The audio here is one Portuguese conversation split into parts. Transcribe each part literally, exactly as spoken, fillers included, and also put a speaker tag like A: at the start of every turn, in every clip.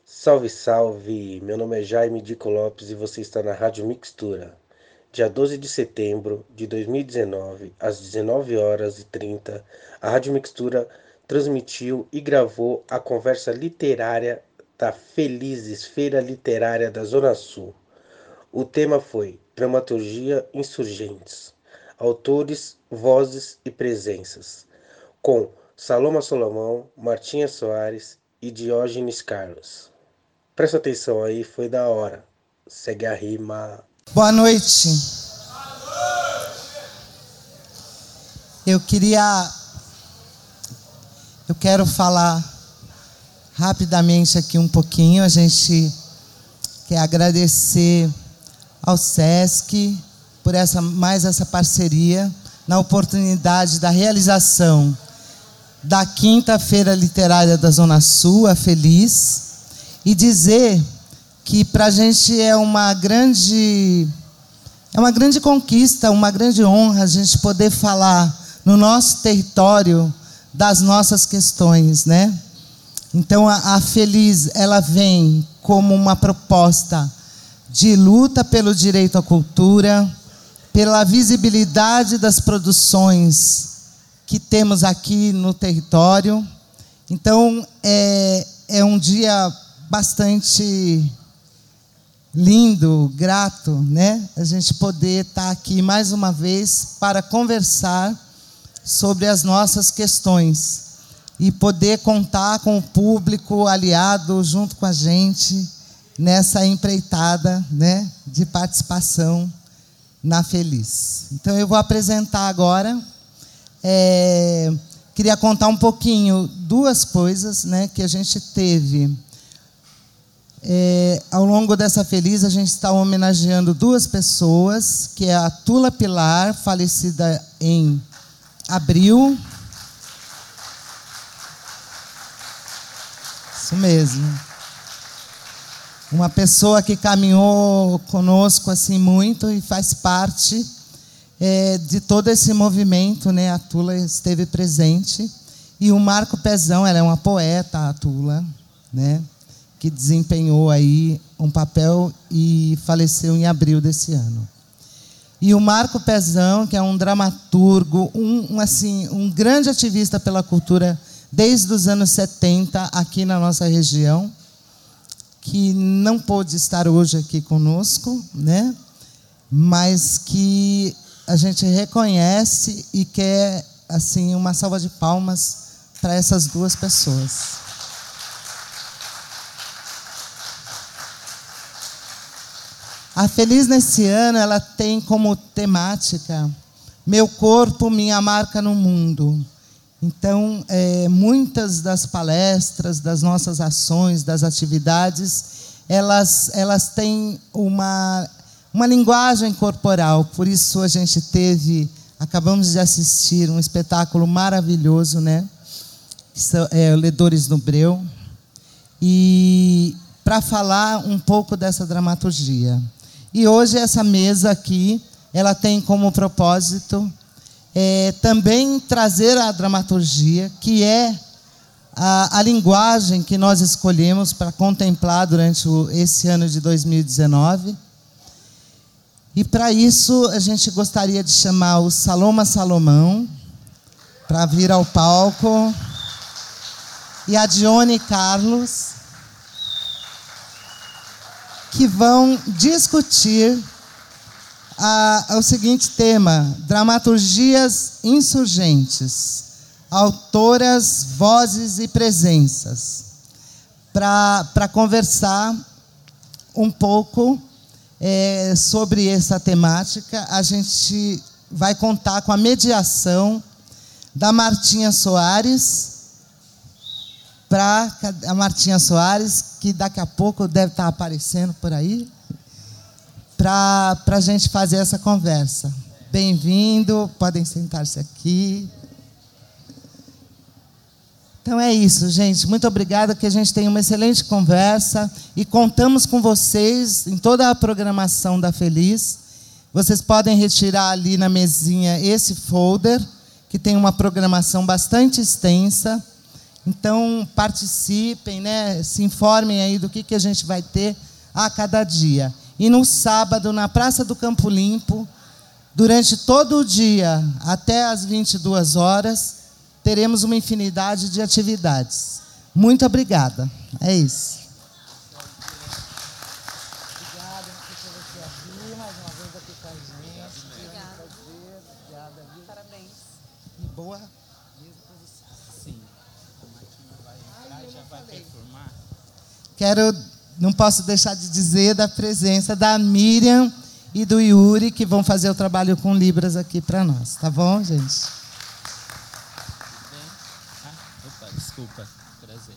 A: Salve, salve! Meu nome é Jaime Dico Lopes e você está na Rádio Mixtura. Dia doze de setembro de dois mil e dezenove, às dezenove horas e trinta, a Rádio Mixtura transmitiu e gravou a conversa literária da Felizes Feira Literária da Zona Sul. O tema foi Dramaturgia Insurgentes, Autores, Vozes e Presenças, com Saloma Solomão, Martinha Soares e Diógenes Carlos. Presta atenção aí, foi da hora. Segue a rima.
B: Boa noite. Eu queria... Eu quero falar rapidamente aqui um pouquinho. A gente quer agradecer ao SESC por essa, mais essa parceria na oportunidade da realização da Quinta Feira Literária da Zona Sul, a Feliz, e dizer que para a gente é uma grande, é uma grande conquista, uma grande honra a gente poder falar no nosso território das nossas questões, né? Então a, a Feliz, ela vem como uma proposta de luta pelo direito à cultura, pela visibilidade das produções que temos aqui no território. Então é, é um dia bastante lindo, grato, né? A gente poder estar aqui mais uma vez para conversar sobre as nossas questões e poder contar com o público aliado junto com a gente nessa empreitada, né, de participação na Feliz. Então eu vou apresentar agora. É, queria contar um pouquinho duas coisas, né, que a gente teve. É, ao longo dessa Feliz, a gente está homenageando duas pessoas, que é a Tula Pilar, falecida em abril. Isso mesmo. Uma pessoa que caminhou conosco assim muito e faz parte é, de todo esse movimento, né? A Tula esteve presente. E o Marco Pezão, ela é uma poeta, a Tula, né? Que desempenhou aí um papel e faleceu em abril desse ano. E o Marco Pezão, que é um dramaturgo, um, um, assim, um grande ativista pela cultura desde os anos setenta aqui na nossa região, que não pôde estar hoje aqui conosco, né? Mas que a gente reconhece e quer assim, uma salva de palmas para essas duas pessoas. A Feliz, nesse ano, ela tem como temática Meu Corpo, Minha Marca no Mundo. Então, é, muitas das palestras, das nossas ações, das atividades, elas, elas têm uma, uma linguagem corporal. Por isso, a gente teve, acabamos de assistir um espetáculo maravilhoso, né? É, Ledores no Breu. E para falar um pouco dessa dramaturgia. E hoje essa mesa aqui, ela tem como propósito é, também trazer a dramaturgia, que é a, a linguagem que nós escolhemos para contemplar durante o, esse ano de dois mil e dezenove. E para isso a gente gostaria de chamar o Saloma Salomão para vir ao palco e a Dione Carlos, que vão discutir a, o seguinte tema: dramaturgias insurgentes, autoras, vozes e presenças, para conversar um pouco é, sobre essa temática. A gente vai contar com a mediação da Martinha Soares, para a Martinha Soares, que daqui a pouco deve estar aparecendo por aí, para a gente fazer essa conversa. Bem-vindo, podem sentar-se aqui. Então é isso, gente. Muito obrigada, que a gente tem uma excelente conversa e contamos com vocês em toda a programação da Feliz. Vocês podem retirar ali na mesinha esse folder, que tem uma programação bastante extensa. Então, participem, né? Se informem aí do que, que a gente vai ter a cada dia. E no sábado, na Praça do Campo Limpo, durante todo o dia, até às vinte e duas horas, teremos uma infinidade de atividades. Muito obrigada. É isso. Obrigada por você aqui, mais uma vez aqui com a gente. Obrigada. Obrigada. Parabéns. E boa mesa para você. Sim. A Martina vai entrar e já vai performar. Quero, não posso deixar de dizer da presença da Miriam e do Yuri, que vão fazer o trabalho com Libras aqui para nós. Tá bom, gente?
C: Ah, opa, desculpa. Prazer.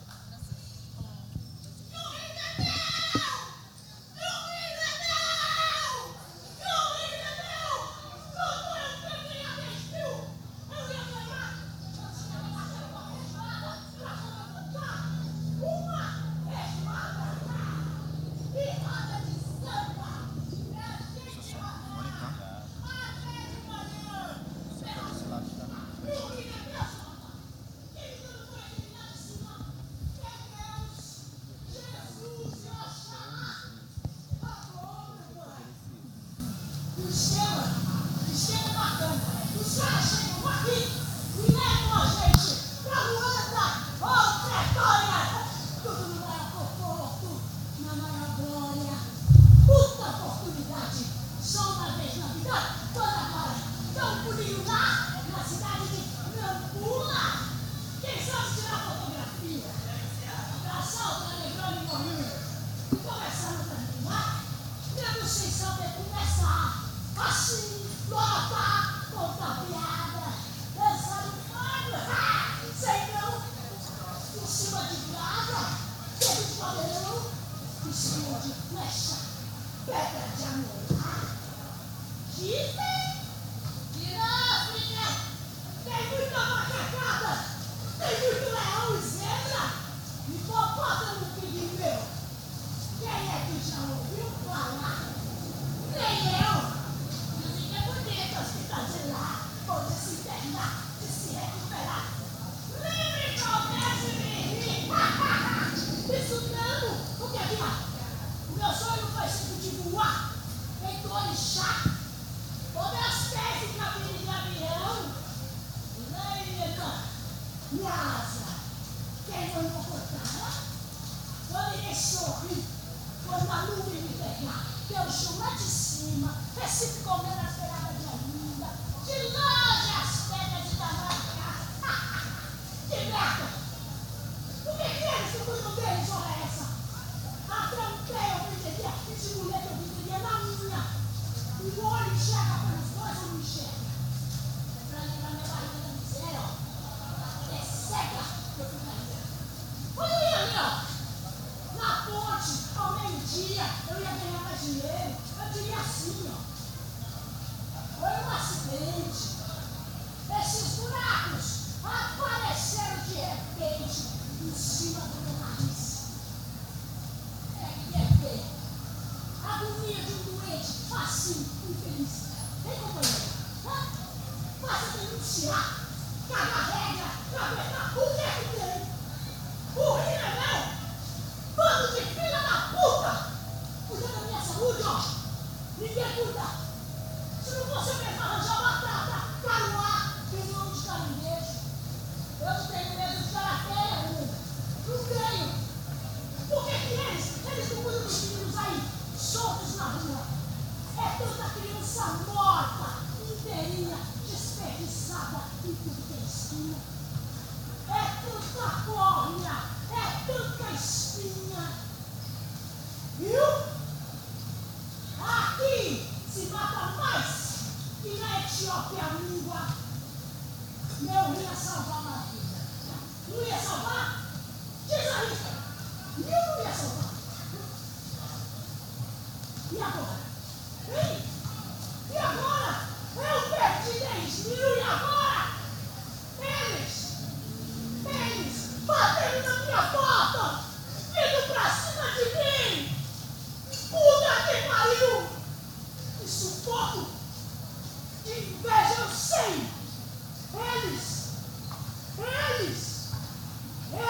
D: Eles, eles,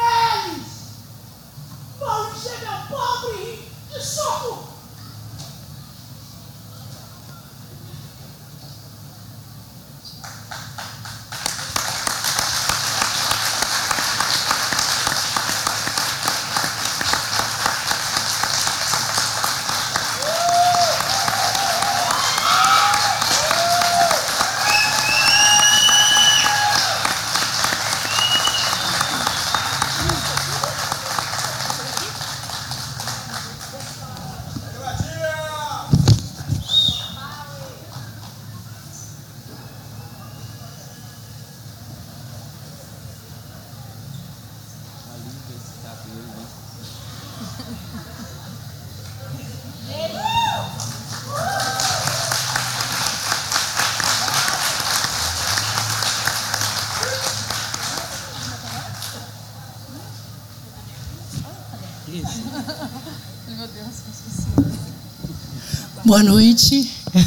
D: Meu Deus, esqueci. Boa noite.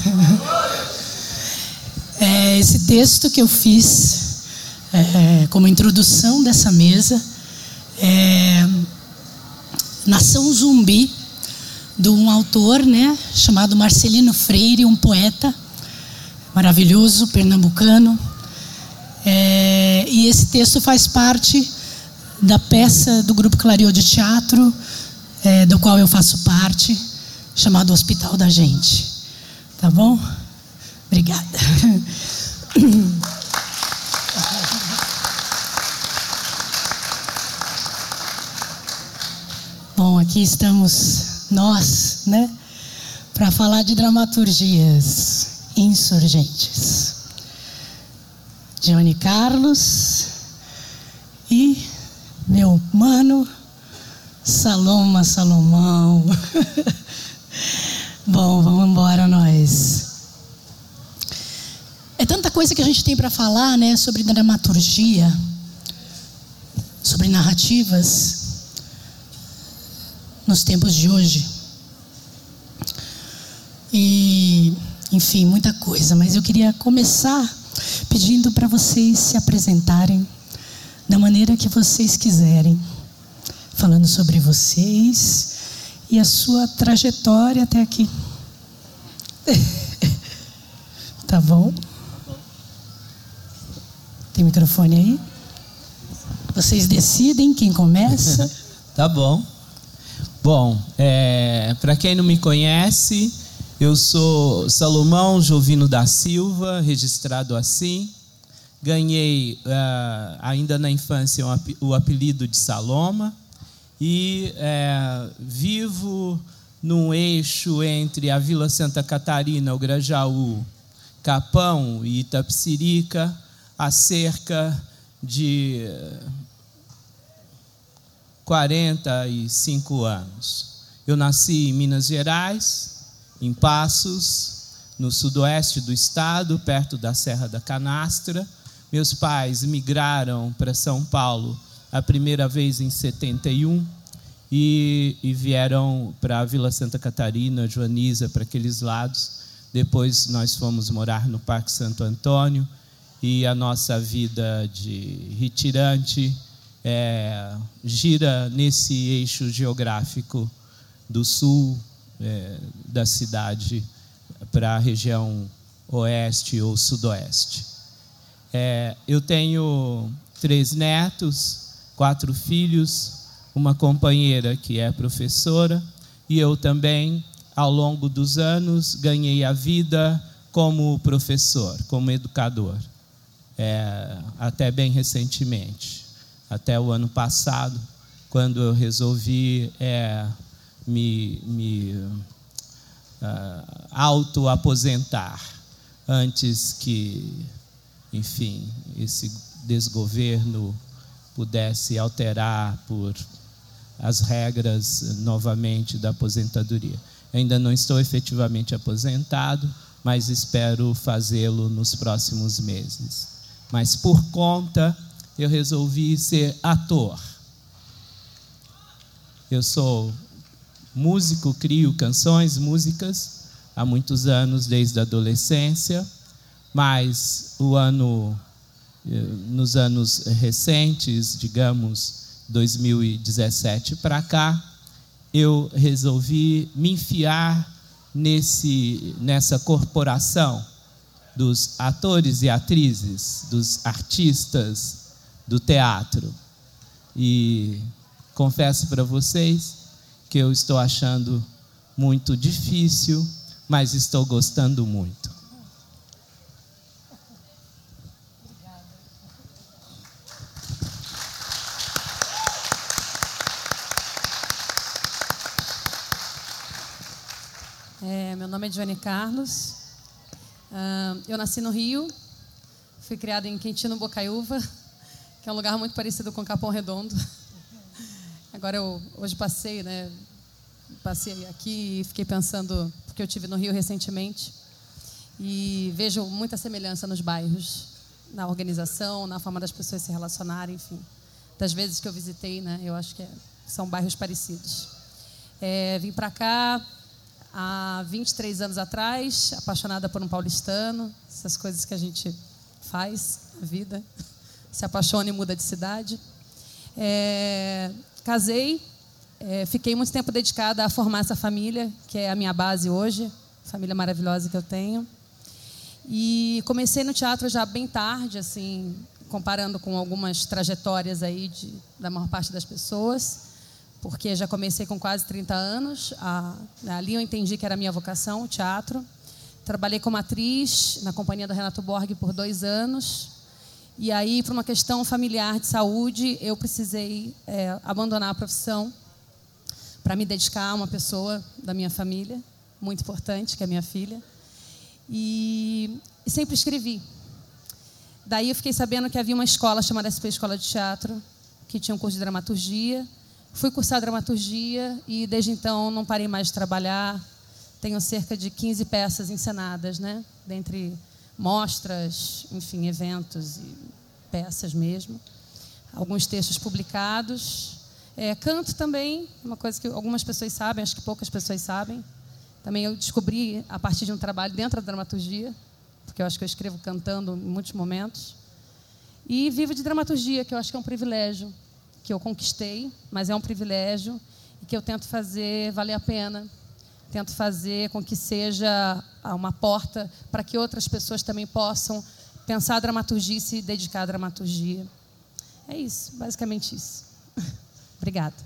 D: É, esse texto que eu fiz é, como introdução dessa mesa é Nação Zumbi, de um autor, né, chamado Marcelino Freire, um poeta maravilhoso, pernambucano. É, e esse texto faz parte da peça do Grupo Clareou de Teatro, é, do qual eu faço parte, chamado Hospital da Gente. Tá bom? Obrigada. Bom, aqui estamos nós, né, para falar de dramaturgias insurgentes. Johnny Carlos e meu mano Saloma Salomão. Bom, vamos embora nós. É tanta coisa que a gente tem para falar, né, sobre dramaturgia, sobre narrativas nos tempos de hoje. E, enfim, muita coisa, mas eu queria começar pedindo para vocês se apresentarem da maneira que vocês quiserem, falando sobre vocês e a sua trajetória até aqui. Tá bom? Tem microfone aí? Vocês decidem quem começa?
C: Tá bom. Bom, é, para quem não me conhece, eu sou Salomão Jovino da Silva, registrado assim. Ganhei, uh, ainda na infância, o apelido de Saloma. E é, vivo num eixo entre a Vila Santa Catarina, o Grajaú, Capão e Itapecerica, há cerca de quarenta e cinco anos. Eu nasci em Minas Gerais, em Passos, no sudoeste do estado, perto da Serra da Canastra. Meus pais migraram para São Paulo a primeira vez em setenta e um e, e vieram para a Vila Santa Catarina, Joaniza, para aqueles lados. Depois nós fomos morar no Parque Santo Antônio e a nossa vida de retirante é, gira nesse eixo geográfico do sul é, da cidade para a região oeste ou sudoeste. É, eu tenho três netos, quatro filhos, uma companheira que é professora, e eu também, ao longo dos anos, ganhei a vida como professor, como educador, é, até bem recentemente, até o ano passado, quando eu resolvi é, me, me uh, auto-aposentar, antes que, enfim, esse desgoverno pudesse alterar por as regras novamente da aposentadoria. Ainda não estou efetivamente aposentado, mas espero fazê-lo nos próximos meses. Mas por conta, eu resolvi ser ator. Eu sou músico, crio canções, músicas, há muitos anos, desde a adolescência, mas o ano... nos anos recentes, digamos, dois mil e dezessete para cá, eu resolvi me enfiar nesse, nessa corporação dos atores e atrizes, dos artistas do teatro. E confesso para vocês que eu estou achando muito difícil, mas estou gostando muito.
E: É, meu nome é Johnny Carlos. Uh, eu nasci no Rio, fui criada em Quintino Bocaiúva, que é um lugar muito parecido com Capão Redondo. Agora eu hoje passei, né, Passei aqui e fiquei pensando, porque eu estive no Rio recentemente, e vejo muita semelhança nos bairros, na organização, na forma das pessoas se relacionarem, enfim. Das vezes que eu visitei, né, eu acho que é, são bairros parecidos. É, vim para cá há vinte e três anos atrás, apaixonada por um paulistano, essas coisas que a gente faz na vida, se apaixona e muda de cidade. É, casei, é, fiquei muito tempo dedicada a formar essa família, que é a minha base hoje, família maravilhosa que eu tenho. E comecei no teatro já bem tarde, assim, comparando com algumas trajetórias aí de, da maior parte das pessoas, porque já comecei com quase trinta anos. A, ali eu entendi que era a minha vocação, o teatro. Trabalhei como atriz na companhia do Renato Borg por dois anos. E aí, por uma questão familiar de saúde, eu precisei é, abandonar a profissão para me dedicar a uma pessoa da minha família, muito importante, que é minha filha. E, e sempre escrevi. Daí eu fiquei sabendo que havia uma escola chamada S P Escola de Teatro, que tinha um curso de dramaturgia. Fui cursar dramaturgia e, desde então, não parei mais de trabalhar. Tenho cerca de quinze peças encenadas, né? Dentre mostras, enfim, eventos e peças mesmo. Alguns textos publicados. É, canto também, uma coisa que algumas pessoas sabem, acho que poucas pessoas sabem. Também eu descobri a partir de um trabalho dentro da dramaturgia, porque eu acho que eu escrevo cantando em muitos momentos. E vivo de dramaturgia, que eu acho que é um privilégio, que eu conquistei, mas é um privilégio e que eu tento fazer valer a pena. Tento fazer com que seja uma porta para que outras pessoas também possam pensar a dramaturgia e se dedicar à dramaturgia. É isso, basicamente isso. Obrigada.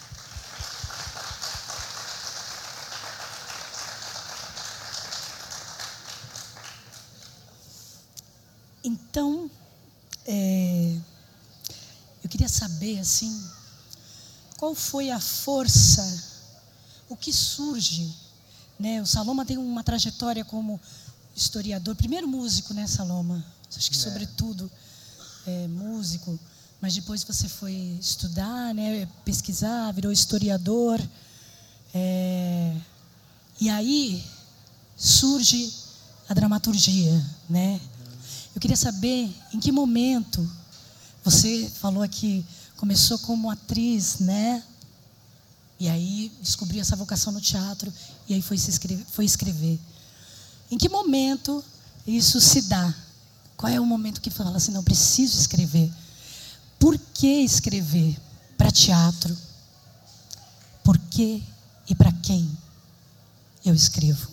D: Então, é, eu queria saber, assim, qual foi a força, o que surge, né? O Saloma tem uma trajetória como historiador, primeiro músico, né, Saloma? Acho que, é. sobretudo, é, músico, mas depois você foi estudar, né, pesquisar, virou historiador. É, e aí surge a dramaturgia, né? Eu queria saber em que momento você falou que começou como atriz, né? E aí descobriu essa vocação no teatro e aí foi, se escrever, foi escrever. Em que momento isso se dá? Qual é o momento que fala assim, não, preciso escrever? Por que escrever para teatro? Por que e para quem eu escrevo?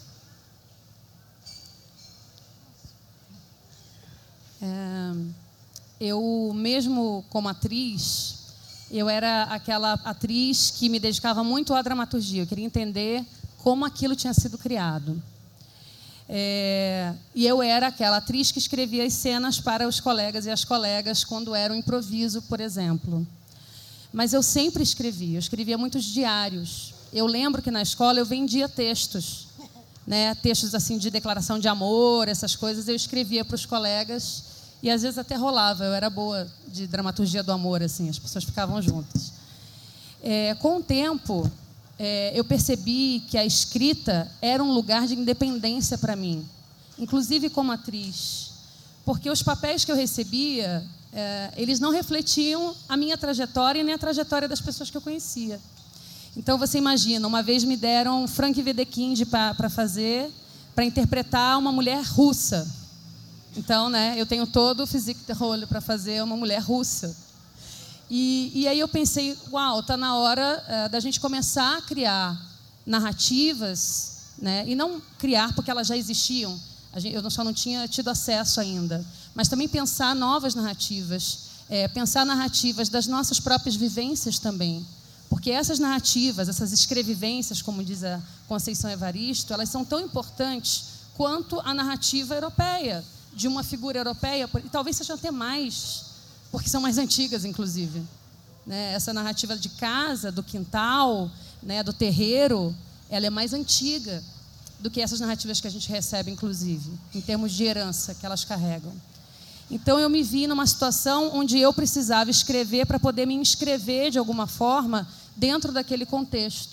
E: É, eu, mesmo como atriz, eu era aquela atriz que me dedicava muito à dramaturgia. Eu queria entender como aquilo tinha sido criado. É, e eu era aquela atriz que escrevia as cenas para os colegas e as colegas quando era um improviso, por exemplo. Mas eu sempre escrevia, eu escrevia muitos diários. Eu lembro que na escola eu vendia textos, né, textos assim de declaração de amor, essas coisas, eu escrevia para os colegas e às vezes até rolava, eu era boa de dramaturgia do amor, assim, as pessoas ficavam juntas. É, com o tempo, é, eu percebi que a escrita era um lugar de independência para mim, inclusive como atriz, porque os papéis que eu recebia, é, eles não refletiam a minha trajetória nem a trajetória das pessoas que eu conhecia. Então, você imagina, uma vez me deram Frank Wedekind para fazer, para interpretar uma mulher russa. Então, né, eu tenho todo o physique de rôle para fazer uma mulher russa. E, e aí eu pensei, uau, está na hora uh, da gente começar a criar narrativas, né, e não criar porque elas já existiam, a gente, eu só não tinha tido acesso ainda, mas também pensar novas narrativas, é, pensar narrativas das nossas próprias vivências também. Porque essas narrativas, essas escrevivências, como diz a Conceição Evaristo, elas são tão importantes quanto a narrativa europeia, de uma figura europeia, e talvez sejam até mais, porque são mais antigas, inclusive. Né? Essa narrativa de casa, do quintal, né, do terreiro, ela é mais antiga do que essas narrativas que a gente recebe, inclusive, em termos de herança que elas carregam. Então, eu me vi numa situação onde eu precisava escrever para poder me inscrever, de alguma forma, dentro daquele contexto.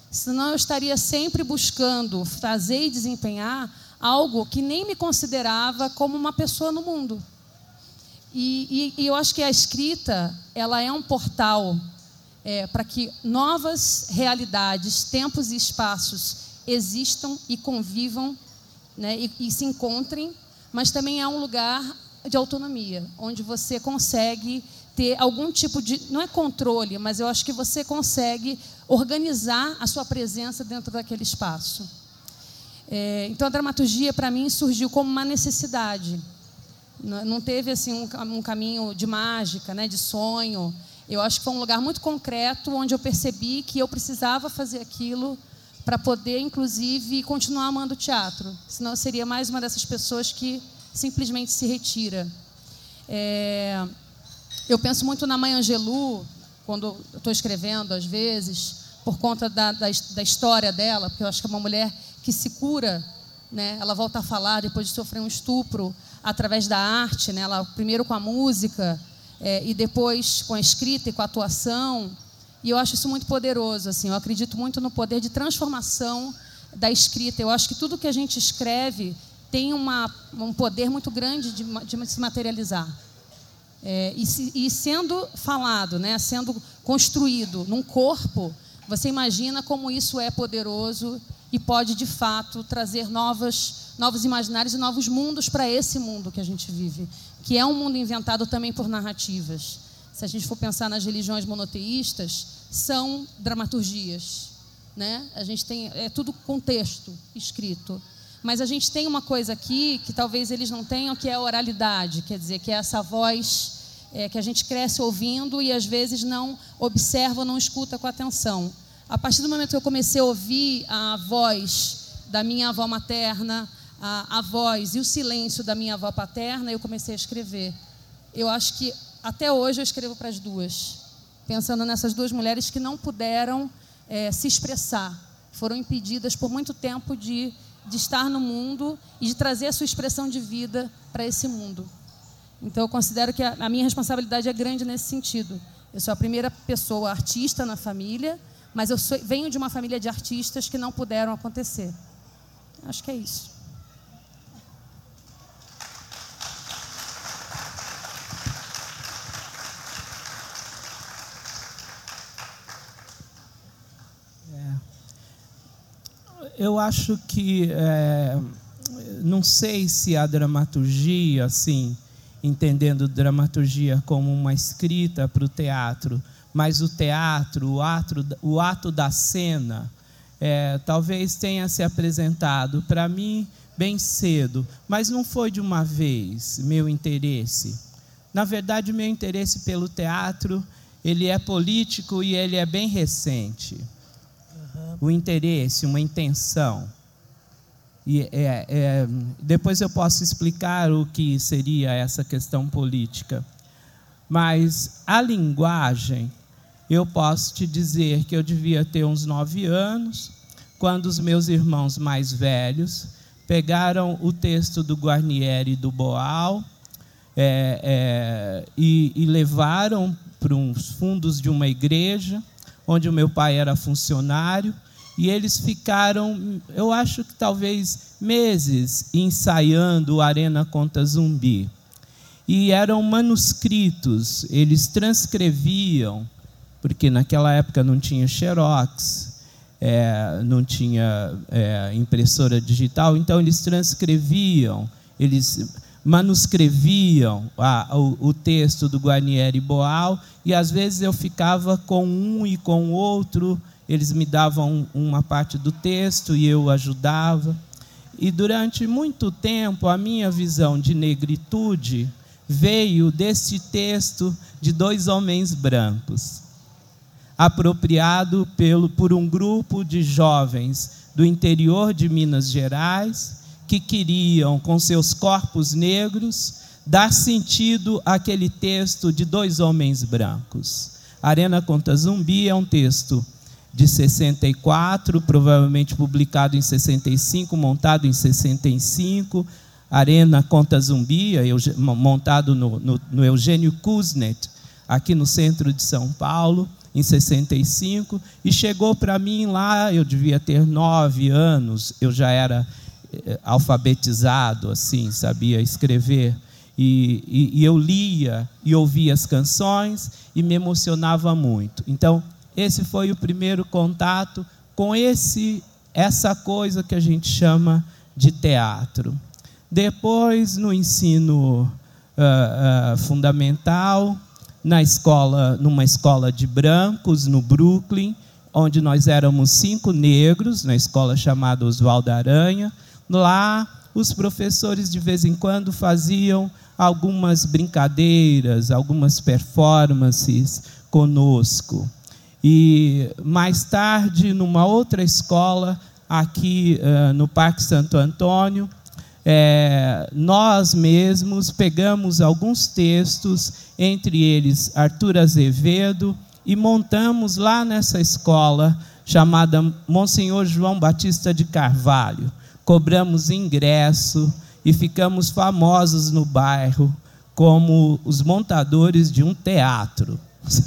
E: senão eu estaria sempre buscando fazer e desempenhar algo que nem me considerava como uma pessoa no mundo. E, e, e eu acho que a escrita, ela é um portal é, para que novas realidades, tempos e espaços existam e convivam, né, e, e se encontrem, mas também é um lugar de autonomia, onde você consegue ter algum tipo de, não é controle, mas eu acho que você consegue organizar a sua presença dentro daquele espaço. É, então a dramaturgia para mim surgiu como uma necessidade, não teve assim um, um caminho de mágica, né, de sonho. Eu acho que foi um lugar muito concreto onde eu percebi que eu precisava fazer aquilo para poder, inclusive, continuar amando o teatro. Senão eu seria mais uma dessas pessoas que simplesmente se retira. É, eu penso muito na Mãe Angelou, quando eu estou escrevendo, às vezes, por conta da, da, da história dela, porque eu acho que é uma mulher que se cura, né? Ela volta a falar depois de sofrer um estupro através da arte, né? Ela, primeiro com a música, é, e depois com a escrita e com a atuação. E eu acho isso muito poderoso. Assim, eu acredito muito no poder de transformação da escrita. Eu acho que tudo que a gente escreve tem uma, um poder muito grande de, de se materializar. É, e, se, e sendo falado, né, sendo construído num corpo, você imagina como isso é poderoso e pode, de fato, trazer novas, novos imaginários e novos mundos para esse mundo que a gente vive, que é um mundo inventado também por narrativas. Se a gente for pensar nas religiões monoteístas, são dramaturgias, né? A gente tem, é tudo contexto escrito. Mas a gente tem uma coisa aqui que talvez eles não tenham, que é a oralidade, quer dizer, que é essa voz é, que a gente cresce ouvindo e às vezes não observa, não escuta com atenção. A partir do momento que eu comecei a ouvir a voz da minha avó materna, a, a voz e o silêncio da minha avó paterna, eu comecei a escrever. Eu acho que até hoje eu escrevo para as duas, pensando nessas duas mulheres que não puderam é, se expressar, foram impedidas por muito tempo de, de estar no mundo e de trazer a sua expressão de vida para esse mundo. Então eu considero que a, a minha responsabilidade é grande nesse sentido. Eu sou a primeira pessoa artista na família, mas eu sou, venho de uma família de artistas que não puderam acontecer. Acho que é isso.
C: Eu acho que, é, não sei se a dramaturgia, assim, entendendo dramaturgia como uma escrita para o teatro, mas o teatro, o ato, o ato da cena, é, talvez tenha se apresentado para mim bem cedo, mas não foi de uma vez meu interesse. Na verdade, meu interesse pelo teatro, ele é político e ele é bem recente. O interesse, uma intenção. E é, é, depois eu posso explicar o que seria essa questão política. Mas a linguagem, eu posso te dizer que eu devia ter uns nove anos, quando os meus irmãos mais velhos pegaram o texto do Guarnieri e do Boal é, é, e, e levaram para os fundos de uma igreja, onde o meu pai era funcionário, e eles ficaram, eu acho que talvez meses, ensaiando o Arena Conta Zumbi. E eram manuscritos, eles transcreviam, porque naquela época não tinha xerox, é, não tinha é, impressora digital, então eles transcreviam, eles manuscreviam a, o, o texto do Guarnieri e Boal, e às vezes eu ficava com um e com o outro, eles me davam uma parte do texto e eu ajudava. E durante muito tempo a minha visão de negritude veio desse texto de dois homens brancos, apropriado pelo, por um grupo de jovens do interior de Minas Gerais, que queriam, com seus corpos negros, dar sentido àquele texto de dois homens brancos. Arena Conta Zumbi é um texto de sessenta e quatro, provavelmente publicado em sessenta e cinco, montado em sessenta e cinco. Arena Conta Zumbi, montado no, no, no Eugênio Kuznet, aqui no centro de São Paulo, em sessenta e cinco, e chegou para mim lá, eu devia ter nove anos, eu já era eh, alfabetizado, assim, sabia escrever, e, e, e eu lia e ouvia as canções e me emocionava muito. Então, esse foi o primeiro contato com esse, essa coisa que a gente chama de teatro. Depois, no ensino uh, uh, fundamental, na escola, numa escola de brancos, no Brooklyn, onde nós éramos cinco negros, na escola chamada Oswaldo Aranha. Lá, os professores, de vez em quando, faziam algumas brincadeiras, algumas performances conosco. E, mais tarde, numa outra escola, aqui uh, no Parque Santo Antônio, É, nós mesmos pegamos alguns textos, entre eles Arthur Azevedo, e montamos lá nessa escola, chamada Monsenhor João Batista de Carvalho. Cobramos ingresso e ficamos famosos no bairro como os montadores de um teatro.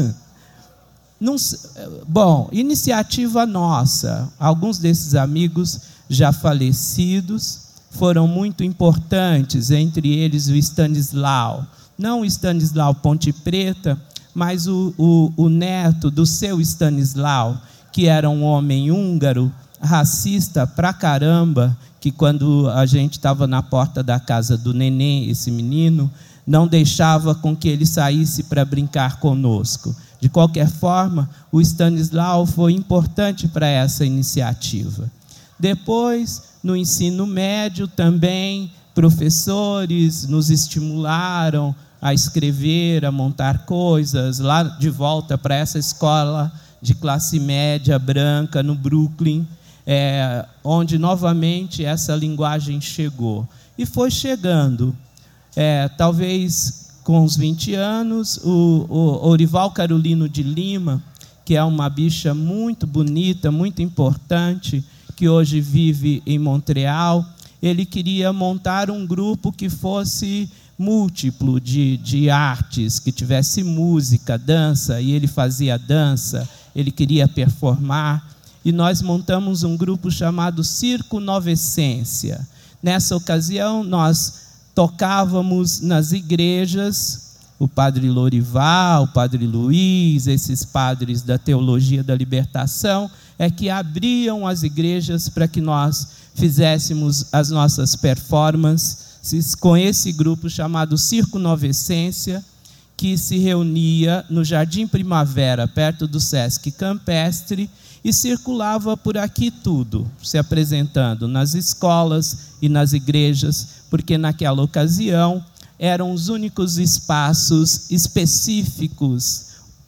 C: Não, bom, iniciativa nossa. Alguns desses amigos já falecidos foram muito importantes, entre eles o Stanislau, não o Stanislau Ponte Preta, mas o, o, o neto do seu Stanislau, que era um homem húngaro, racista pra caramba, que quando a gente estava na porta da casa do neném, esse menino, não deixava com que ele saísse para brincar conosco. De qualquer forma, o Stanislau foi importante para essa iniciativa. Depois, no ensino médio também, professores nos estimularam a escrever, a montar coisas, lá de volta para essa escola de classe média branca no Brooklyn, é, onde novamente essa linguagem chegou. E foi chegando. É, talvez com uns vinte anos, o, o Orival Carolino de Lima, que é uma bicha muito bonita, muito importante, que hoje vive em Montreal, ele queria montar um grupo que fosse múltiplo de, de artes, que tivesse música, dança, e ele fazia dança, ele queria performar, e nós montamos um grupo chamado Circo Nova Essência. Nessa ocasião, nós tocávamos nas igrejas, o padre Lorival, o padre Luiz, esses padres da teologia da libertação, é que abriam as igrejas para que nós fizéssemos as nossas performances com esse grupo chamado Circo Nova Essência, que se reunia no Jardim Primavera, perto do Sesc Campestre, e circulava por aqui tudo, se apresentando nas escolas e nas igrejas, porque naquela ocasião eram os únicos espaços específicos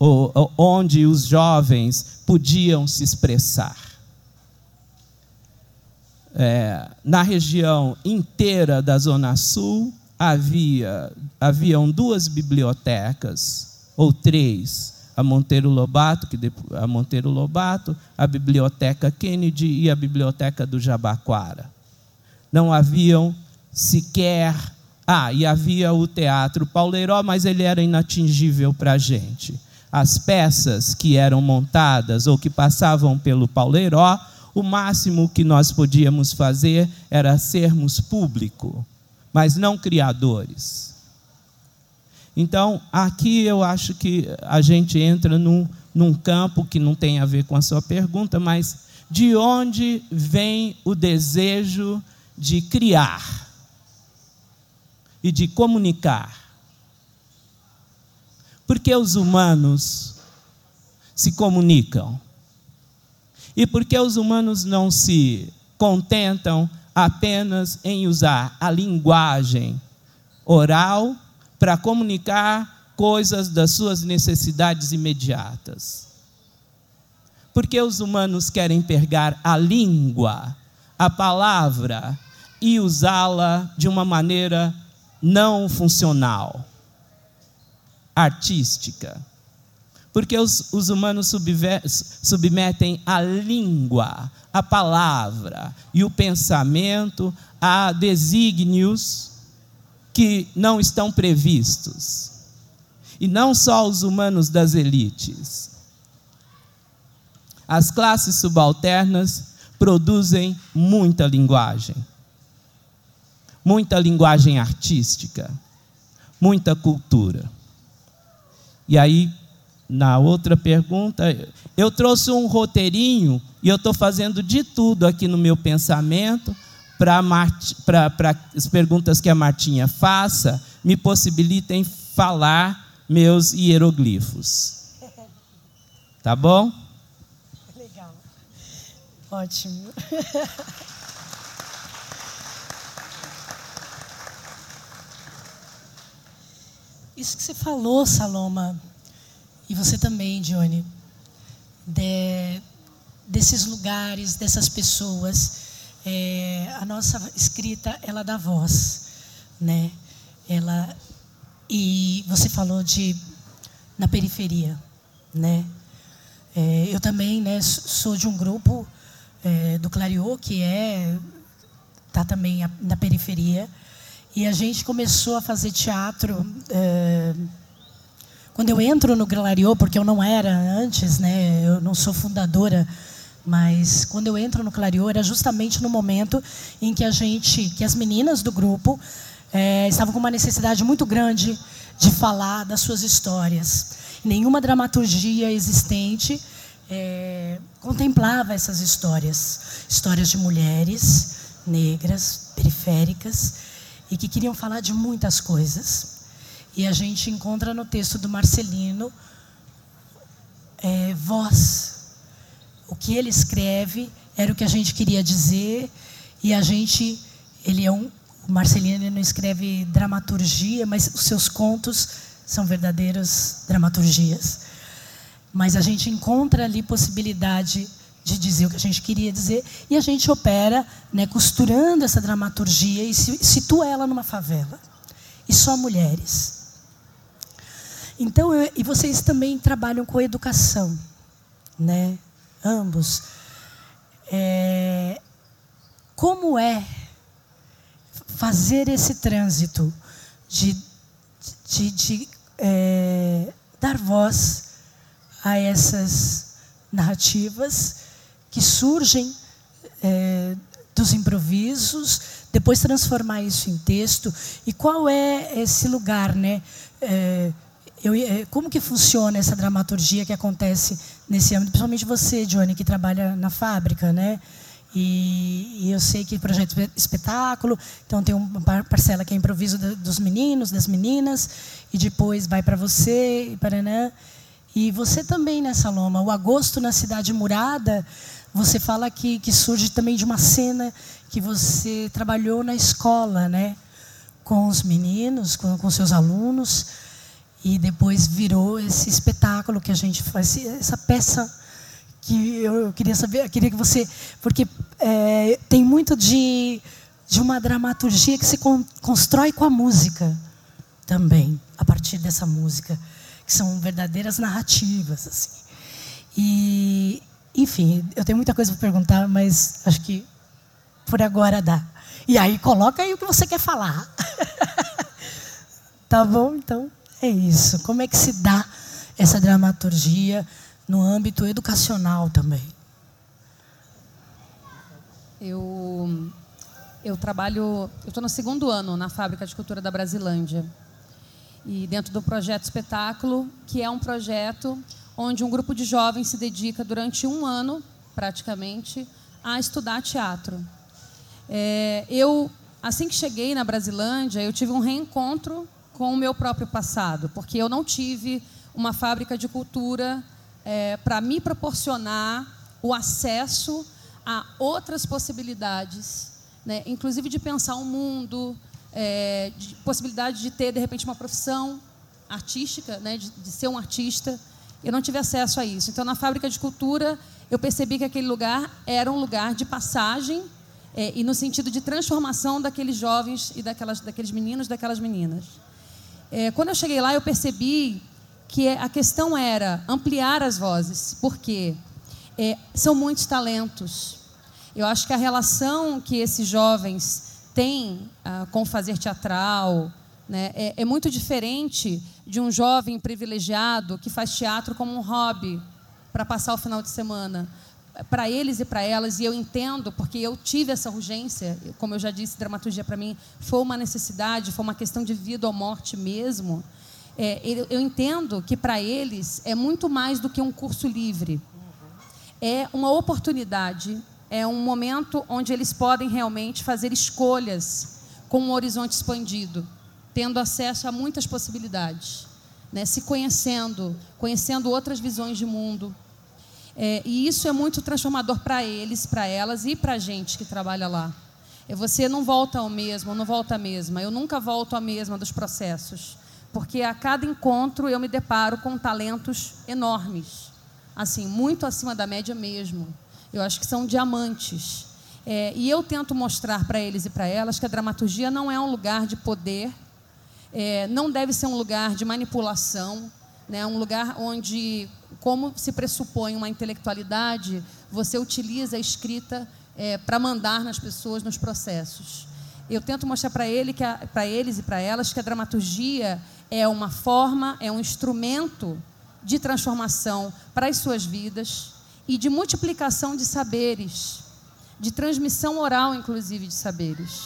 C: onde os jovens podiam se expressar. É, na região inteira da Zona Sul, havia, haviam duas bibliotecas, ou três, a Monteiro Lobato, que a Monteiro Lobato, a Biblioteca Kennedy e a Biblioteca do Jabaquara. Não haviam sequer... Ah, e havia o Teatro Pauleiró, mas ele era inatingível para a gente. As peças que eram montadas ou que passavam pelo Pauleiró, o máximo que nós podíamos fazer era sermos público, mas não criadores. Então, aqui eu acho que a gente entra num, num campo que não tem a ver com a sua pergunta, mas de onde vem o desejo de criar e de comunicar? Porque os humanos se comunicam. E porque os humanos não se contentam apenas em usar a linguagem oral para comunicar coisas das suas necessidades imediatas. Porque os humanos querem pegar a língua, a palavra, e usá-la de uma maneira não funcional, artística. Porque os, os humanos submetem a língua, a palavra e o pensamento a desígnios que não estão previstos. E não só os humanos das elites. As classes subalternas produzem muita linguagem. Muita linguagem artística. Muita cultura. E aí, na outra pergunta, eu trouxe um roteirinho e eu estou fazendo de tudo aqui no meu pensamento para as perguntas que a Martinha faça me possibilitem falar meus hieroglifos. Tá bom?
D: Legal. Ótimo. Isso que você falou, Saloma, e você também, Johnny, de, desses lugares, dessas pessoas, é, a nossa escrita, ela dá voz, né? Ela, e você falou de na periferia, né? É, eu também, né, sou de um grupo é, do Clariô, que é tá também na periferia, e a gente começou a fazer teatro é, quando eu entro no Clariô, porque eu não era antes, né? Eu não sou fundadora, mas quando eu entro no Clariô era justamente no momento em que a gente, que as meninas do grupo é, estavam com uma necessidade muito grande de falar das suas histórias. Nenhuma dramaturgia existente é, contemplava essas histórias, histórias de mulheres negras, periféricas, e que queriam falar de muitas coisas. E a gente encontra no texto do Marcelino é, voz. O que ele escreve era o que a gente queria dizer, e a gente, ele é um, o Marcelino ele não escreve dramaturgia, mas os seus contos são verdadeiras dramaturgias. Mas a gente encontra ali possibilidade de dizer o que a gente queria dizer, e a gente opera, né, costurando essa dramaturgia e situa ela numa favela. E só mulheres. Então, eu, e vocês também trabalham com educação, né? Ambos. É, como é fazer esse trânsito de, de, de é, dar voz a essas narrativas que surgem é, dos improvisos, depois transformar isso em texto, e qual é esse lugar, né? É, eu, como que funciona essa dramaturgia que acontece nesse âmbito, principalmente você, Johnny, que trabalha na fábrica, né? E, e eu sei que projeto espetáculo, então tem uma parcela que é improviso dos meninos, das meninas, e depois vai para você, e Paraná. E você também, né, Saloma? O Agosto na Cidade Murada, você fala que, que surge também de uma cena que você trabalhou na escola, né? Com os meninos, com, com seus alunos, e depois virou esse espetáculo que a gente faz, essa peça que eu queria saber, eu queria que você... Porque é, tem muito de, de uma dramaturgia que se con, constrói com a música também, a partir dessa música, que são verdadeiras narrativas, assim. E, enfim, eu tenho muita coisa para perguntar, mas acho que por agora dá. E aí, coloca aí o que você quer falar. Tá bom? Então, é isso. Como é que se dá essa dramaturgia no âmbito educacional também?
E: Eu, eu trabalho... Eu estou no segundo ano na Fábrica de Cultura da Brasilândia. E dentro do projeto Espetáculo, que é um projeto onde um grupo de jovens se dedica durante um ano, praticamente, a estudar teatro. É, eu, assim que cheguei na Brasilândia, eu tive um reencontro com o meu próprio passado, porque eu não tive uma fábrica de cultura é, para me proporcionar o acesso a outras possibilidades, né, inclusive de pensar o mundo, é, de possibilidade de ter, de repente, uma profissão artística, né, de, de ser um artista. Eu não tive acesso a isso. Então, na Fábrica de Cultura, eu percebi que aquele lugar era um lugar de passagem é, e no sentido de transformação daqueles jovens e daquelas, daqueles meninos, daquelas meninas. É, quando eu cheguei lá, eu percebi que a questão era ampliar as vozes, porque é, são muitos talentos. Eu acho que a relação que esses jovens têm ah, com o fazer teatral, né, é, é muito diferente de um jovem privilegiado que faz teatro como um hobby, para passar o final de semana para eles e para elas, e eu entendo, porque eu tive essa urgência, como eu já disse, dramaturgia para mim foi uma necessidade, foi uma questão de vida ou morte mesmo. É, eu, eu entendo que para eles é muito mais do que um curso livre. É uma oportunidade, é um momento onde eles podem realmente fazer escolhas com um horizonte expandido, tendo acesso a muitas possibilidades, né? Se conhecendo, conhecendo outras visões de mundo. É, e isso é muito transformador para eles, para elas e para a gente que trabalha lá. É, você não volta ao mesmo, não volta à mesma. Eu nunca volto à mesma dos processos, porque a cada encontro eu me deparo com talentos enormes, assim, muito acima da média mesmo. Eu acho que são diamantes. É, e eu tento mostrar para eles e para elas que a dramaturgia não é um lugar de poder, é, não deve ser um lugar de manipulação, né, um lugar onde, como se pressupõe uma intelectualidade, você utiliza a escrita é, para mandar nas pessoas, nos processos. Eu tento mostrar para ele que para eles e para elas que a dramaturgia é uma forma, é um instrumento de transformação para as suas vidas e de multiplicação de saberes, de transmissão oral, inclusive, de saberes.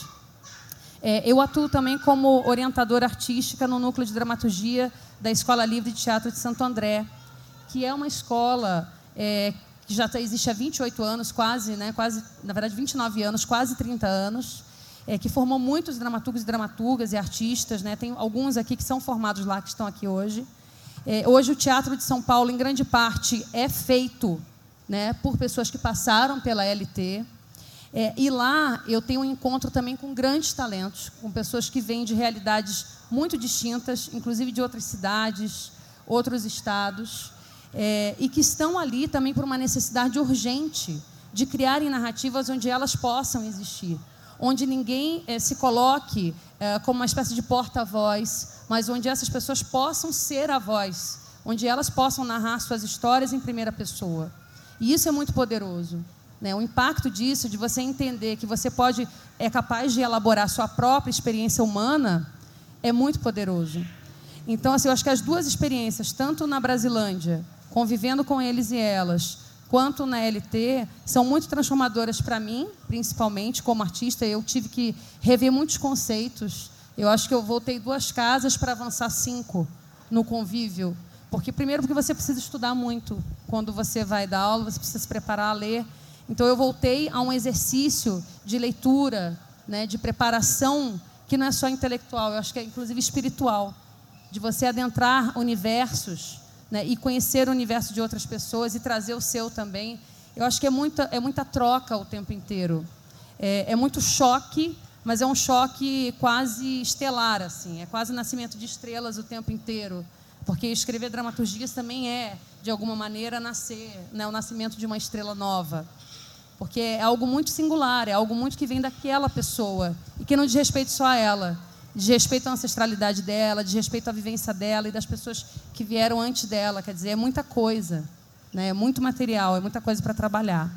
E: É, eu atuo também como orientadora artística no núcleo de dramaturgia da Escola Livre de Teatro de Santo André, que é uma escola é, que já existe há vinte e oito anos, quase, né, quase, na verdade, vinte e nove anos, quase trinta anos, é, que formou muitos dramaturgos e dramaturgas e artistas, né, tem alguns aqui que são formados lá, que estão aqui hoje. É, hoje o Teatro de São Paulo, em grande parte, é feito, né, por pessoas que passaram pela L T. É, e lá eu tenho um encontro também com grandes talentos, com pessoas que vêm de realidades muito distintas, inclusive de outras cidades, outros estados, é, e que estão ali também por uma necessidade urgente de criarem narrativas onde elas possam existir, onde ninguém é, se coloque é, como uma espécie de porta-voz, mas onde essas pessoas possam ser a voz, onde elas possam narrar suas histórias em primeira pessoa. E isso é muito poderoso. Né, o impacto disso, de você entender que você pode, é capaz de elaborar sua própria experiência humana, é muito poderoso. Então, assim, eu acho que as duas experiências, tanto na Brasilândia, convivendo com eles e elas, quanto na L T, são muito transformadoras para mim, principalmente como artista. Eu tive que rever muitos conceitos. Eu acho que eu voltei duas casas para avançar cinco no convívio. Porque, primeiro, porque você precisa estudar muito. Quando você vai dar aula, você precisa se preparar a ler. Então, eu voltei a um exercício de leitura, né, de preparação, que não é só intelectual, eu acho que é, inclusive, espiritual, de você adentrar universos, né, e conhecer o universo de outras pessoas e trazer o seu também. Eu acho que é muita, é muita troca o tempo inteiro. É, é muito choque, mas é um choque quase estelar, assim, é quase nascimento de estrelas o tempo inteiro, porque escrever dramaturgias também é, de alguma maneira, nascer, né, o nascimento de uma estrela nova. Porque é algo muito singular, é algo muito que vem daquela pessoa e que não diz respeito só a ela, diz respeito à ancestralidade dela, diz respeito à vivência dela e das pessoas que vieram antes dela. Quer dizer, é muita coisa, né? É muito material, é muita coisa para trabalhar.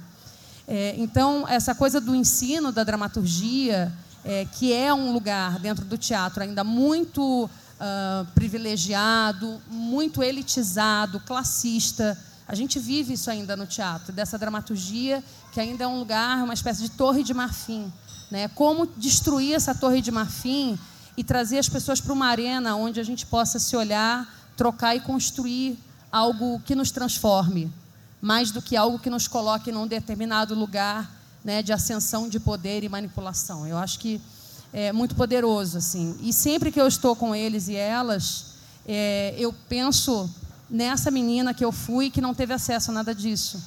E: É, então, essa coisa do ensino, da dramaturgia, é, que é um lugar dentro do teatro ainda muito uh, privilegiado, muito elitizado, classista. A gente vive isso ainda no teatro, dessa dramaturgia que ainda é um lugar, uma espécie de torre de marfim, né? Como destruir essa torre de marfim e trazer as pessoas para uma arena onde a gente possa se olhar, trocar e construir algo que nos transforme, mais do que algo que nos coloque num determinado lugar, né, de ascensão de poder e manipulação. Eu acho que é muito poderoso, assim. E sempre que eu estou com eles e elas, é, eu penso nessa menina que eu fui, que não teve acesso a nada disso.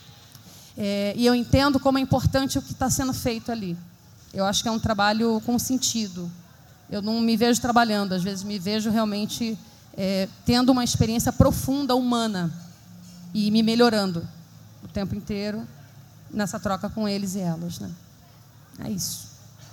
E: É, e eu entendo como é importante o que está sendo feito ali. Eu acho que é um trabalho com sentido. Eu não me vejo trabalhando, às vezes me vejo realmente é, tendo uma experiência profunda, humana, e me melhorando o tempo inteiro nessa troca com eles e elas, né? É isso.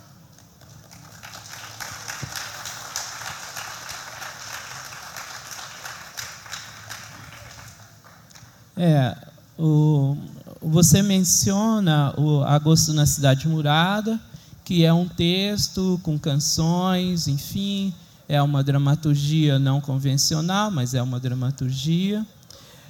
C: É, o, você menciona o Agosto na Cidade Murada, que é um texto com canções, enfim, é uma dramaturgia não convencional, mas é uma dramaturgia.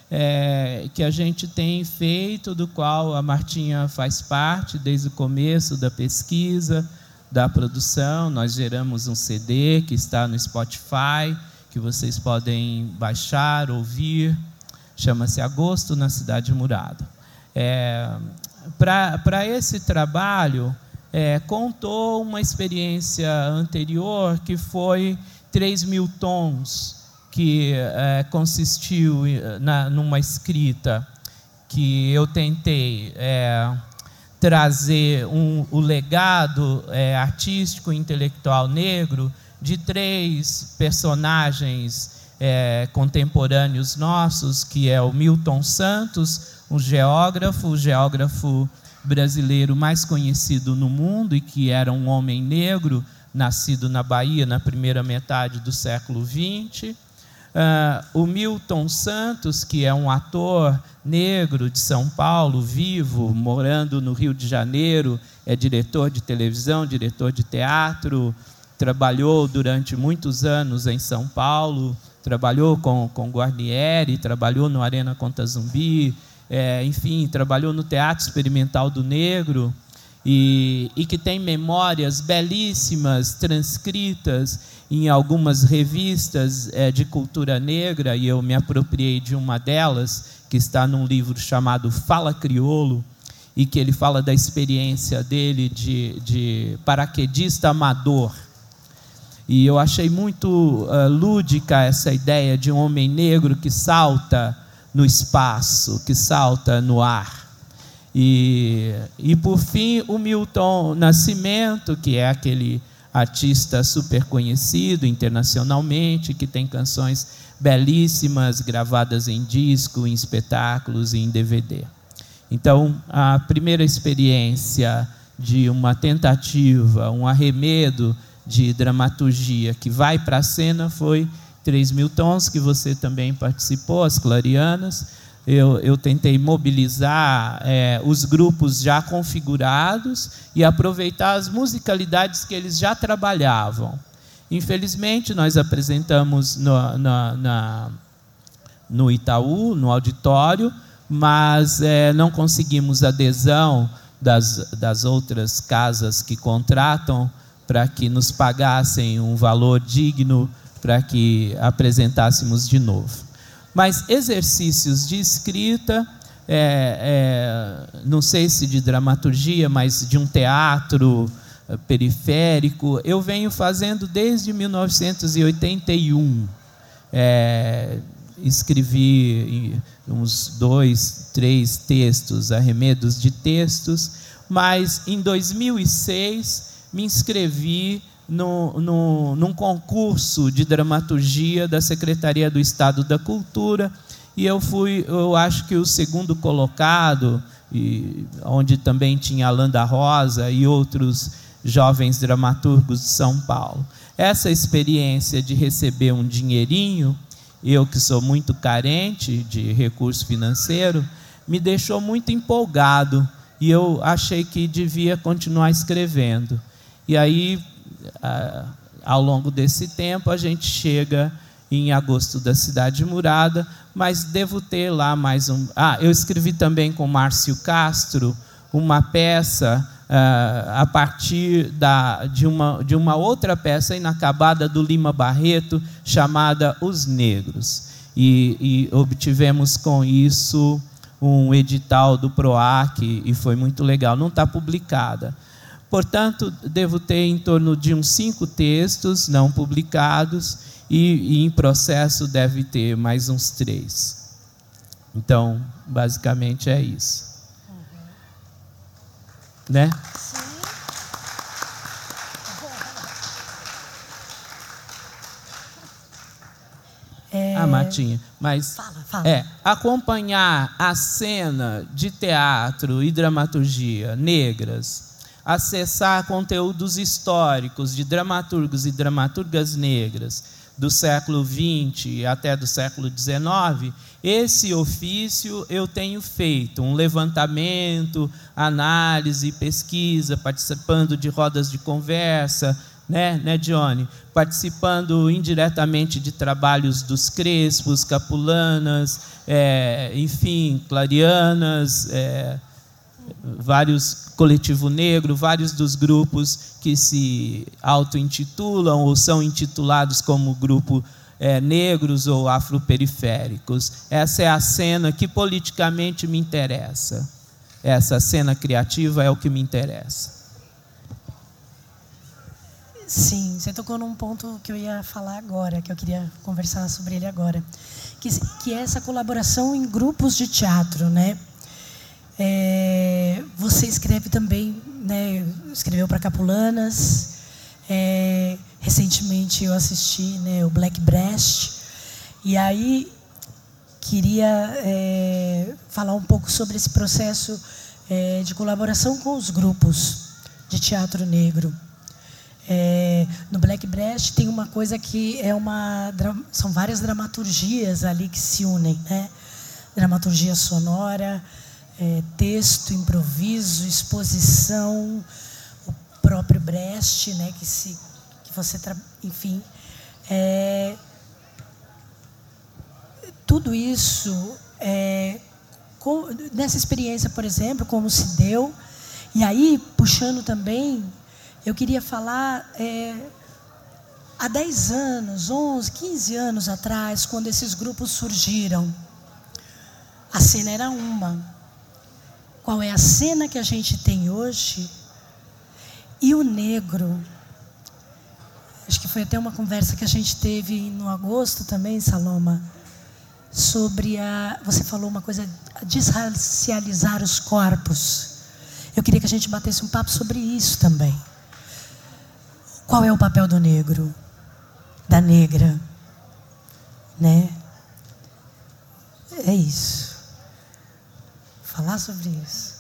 C: é, que a gente tem feito, do qual a Martinha faz parte desde o começo da pesquisa, da produção. Nós geramos um C D que está no Spotify, que vocês podem baixar, ouvir, chama-se Agosto na Cidade Murada. É, para esse trabalho, é, contou uma experiência anterior, que foi três mil tons, que é, consistiu na, numa escrita que eu tentei é, trazer um, o legado é, artístico e intelectual negro de três personagens é, contemporâneos nossos, que é o Milton Santos, um geógrafo, o geógrafo brasileiro mais conhecido no mundo, e que era um homem negro, nascido na Bahia na primeira metade do século vinte. Uh, o Milton Santos, que é um ator negro de São Paulo, vivo, morando no Rio de Janeiro, é diretor de televisão, diretor de teatro, trabalhou durante muitos anos em São Paulo, trabalhou com, com Guarnieri, trabalhou no Arena Conta Zumbi, é, enfim, trabalhou no Teatro Experimental do Negro, e, e que tem memórias belíssimas, transcritas em algumas revistas é, de cultura negra, e eu me apropriei de uma delas, que está num livro chamado Fala Crioulo, e que ele fala da experiência dele de, de paraquedista amador. E eu achei muito uh, lúdica essa ideia de um homem negro que salta no espaço, que salta no ar. E, e por fim, o Milton Nascimento, que é aquele artista super conhecido internacionalmente, que tem canções belíssimas, gravadas em disco, em espetáculos e em D V D. Então, a primeira experiência de uma tentativa, um arremedo de dramaturgia que vai para a cena foi três mil tons, que você também participou, as Clarianas. Eu, eu tentei mobilizar é, os grupos já configurados e aproveitar as musicalidades que eles já trabalhavam. Infelizmente, nós apresentamos no, na, na, no Itaú, no auditório, mas é, não conseguimos adesão das, das outras casas que contratam para que nos pagassem um valor digno para que apresentássemos de novo. Mas exercícios de escrita, é, é, não sei se de dramaturgia, mas de um teatro periférico, eu venho fazendo desde mil novecentos e oitenta e um. É, escrevi uns dois, três textos, arremedos de textos, mas em dois mil e seis me inscrevi No, no, num concurso de dramaturgia da Secretaria do Estado da Cultura, e eu fui, eu acho que o segundo colocado, e, onde também tinha Alain da Rosa e outros jovens dramaturgos de São Paulo. Essa experiência de receber um dinheirinho, eu que sou muito carente de recurso financeiro, me deixou muito empolgado, e eu achei que devia continuar escrevendo. E aí, ao longo desse tempo, a gente chega em Agosto da Cidade Murada, mas devo ter lá mais um... Ah, eu escrevi também com Márcio Castro uma peça uh, a partir da, de, uma, de uma outra peça inacabada do Lima Barreto, chamada Os Negros. E, e obtivemos com isso um edital do PROAC, e foi muito legal. Não está publicada. Portanto, devo ter em torno de uns cinco textos não publicados, e, e em processo deve ter mais uns três. Então, basicamente é isso. Uhum. Né? Sim. É... Ah, Martinha, mas fala, fala. É, acompanhar a cena de teatro e dramaturgia negras, acessar conteúdos históricos de dramaturgos e dramaturgas negras do século vinte até do século dezenove, esse ofício eu tenho feito, um levantamento, análise, pesquisa, participando de rodas de conversa, né, né, Johnny? Participando indiretamente de trabalhos dos Crespos, Capulanas, é, enfim, Clarianas, é, vários Coletivo Negro, vários dos grupos que se auto-intitulam ou são intitulados como grupo é, negros ou afroperiféricos. Essa é a cena que politicamente me interessa. Essa cena criativa é o que me interessa.
D: Sim, você tocou num ponto que eu ia falar agora, que eu queria conversar sobre ele agora, que, que é essa colaboração em grupos de teatro, né? É, você escreve também, né? Escreveu para Capulanas. É, recentemente eu assisti, né, o Black Breast. E aí queria é, falar um pouco sobre esse processo é, de colaboração com os grupos de teatro negro. É, no Black Breast tem uma coisa que é uma... São várias dramaturgias ali que se unem, né? Dramaturgia sonora, é, texto, improviso, exposição, o próprio Brecht, né? Que, se, que você... Enfim... É, tudo isso, é, com, nessa experiência, por exemplo, como se deu, e aí, puxando também... Eu queria falar, é, há dez anos, onze, quinze anos atrás, quando esses grupos surgiram, a cena era uma. Qual é a cena que a gente tem hoje? E o negro, acho que foi até uma conversa que a gente teve no agosto também, Saloma, sobre a... Você falou uma coisa, desracializar os corpos. Eu queria que a gente batesse um papo sobre isso também. Qual é o papel do negro, da negra, né? É isso. Falar sobre isso.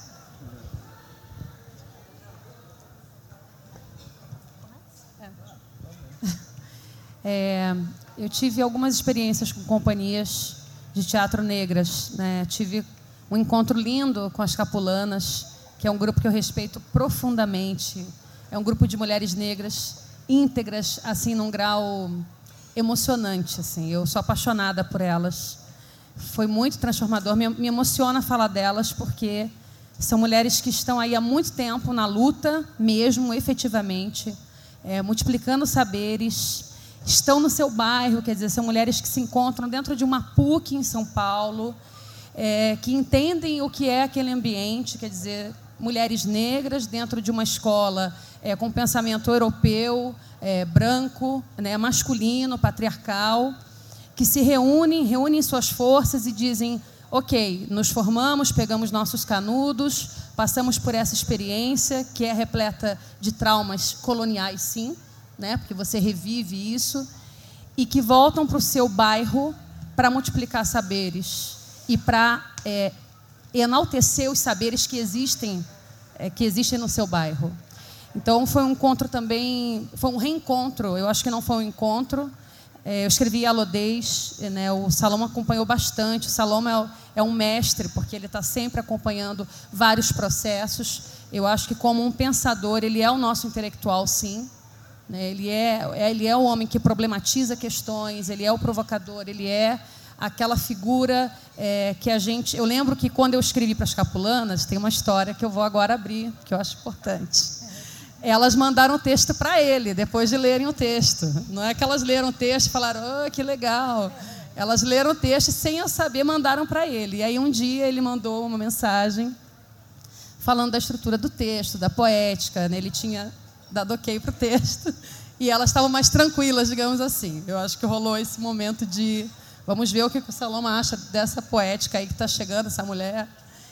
E: É, eu tive algumas experiências com companhias de teatro negras, né? Tive um encontro lindo com as Capulanas, que é um grupo que eu respeito profundamente. É um grupo de mulheres negras íntegras, assim, num grau emocionante, assim. Eu sou apaixonada por elas. Foi muito transformador. Me, me emociona falar delas, porque são mulheres que estão aí há muito tempo na luta, mesmo, efetivamente, é, multiplicando saberes, estão no seu bairro, quer dizer, são mulheres que se encontram dentro de uma P U C em São Paulo, é, que entendem o que é aquele ambiente, quer dizer, mulheres negras dentro de uma escola é, com pensamento europeu, é, branco, né, masculino, patriarcal, que se reúnem, reúnem suas forças e dizem: ok, nos formamos, pegamos nossos canudos, passamos por essa experiência que é repleta de traumas coloniais, sim, né, porque você revive isso, e que voltam para o seu bairro para multiplicar saberes e para é, enaltecer os saberes que existem, é, que existem no seu bairro. Então, foi um encontro também, foi um reencontro, eu acho que não foi um encontro. É, eu escrevi Alodez, né, o Saloma acompanhou bastante. O Saloma é, é um mestre, porque ele está sempre acompanhando vários processos. Eu acho que, como um pensador, ele é o nosso intelectual, sim. Né, ele, é, ele é o homem que problematiza questões, ele é o provocador, ele é aquela figura é, que a gente... Eu lembro que, quando eu escrevi para as Capulanas, tem uma história que eu vou agora abrir, que eu acho importante. Elas mandaram o texto para ele, depois de lerem o texto. Não é que elas leram o texto e falaram: oh, que legal. Elas leram o texto e, sem eu saber, mandaram para ele. E aí, um dia, ele mandou uma mensagem falando da estrutura do texto, da poética, né? Ele tinha dado ok para o texto. E elas estavam mais tranquilas, digamos assim. Eu acho que rolou esse momento de... Vamos ver o que o Saloma acha dessa poética aí que está chegando, essa mulher.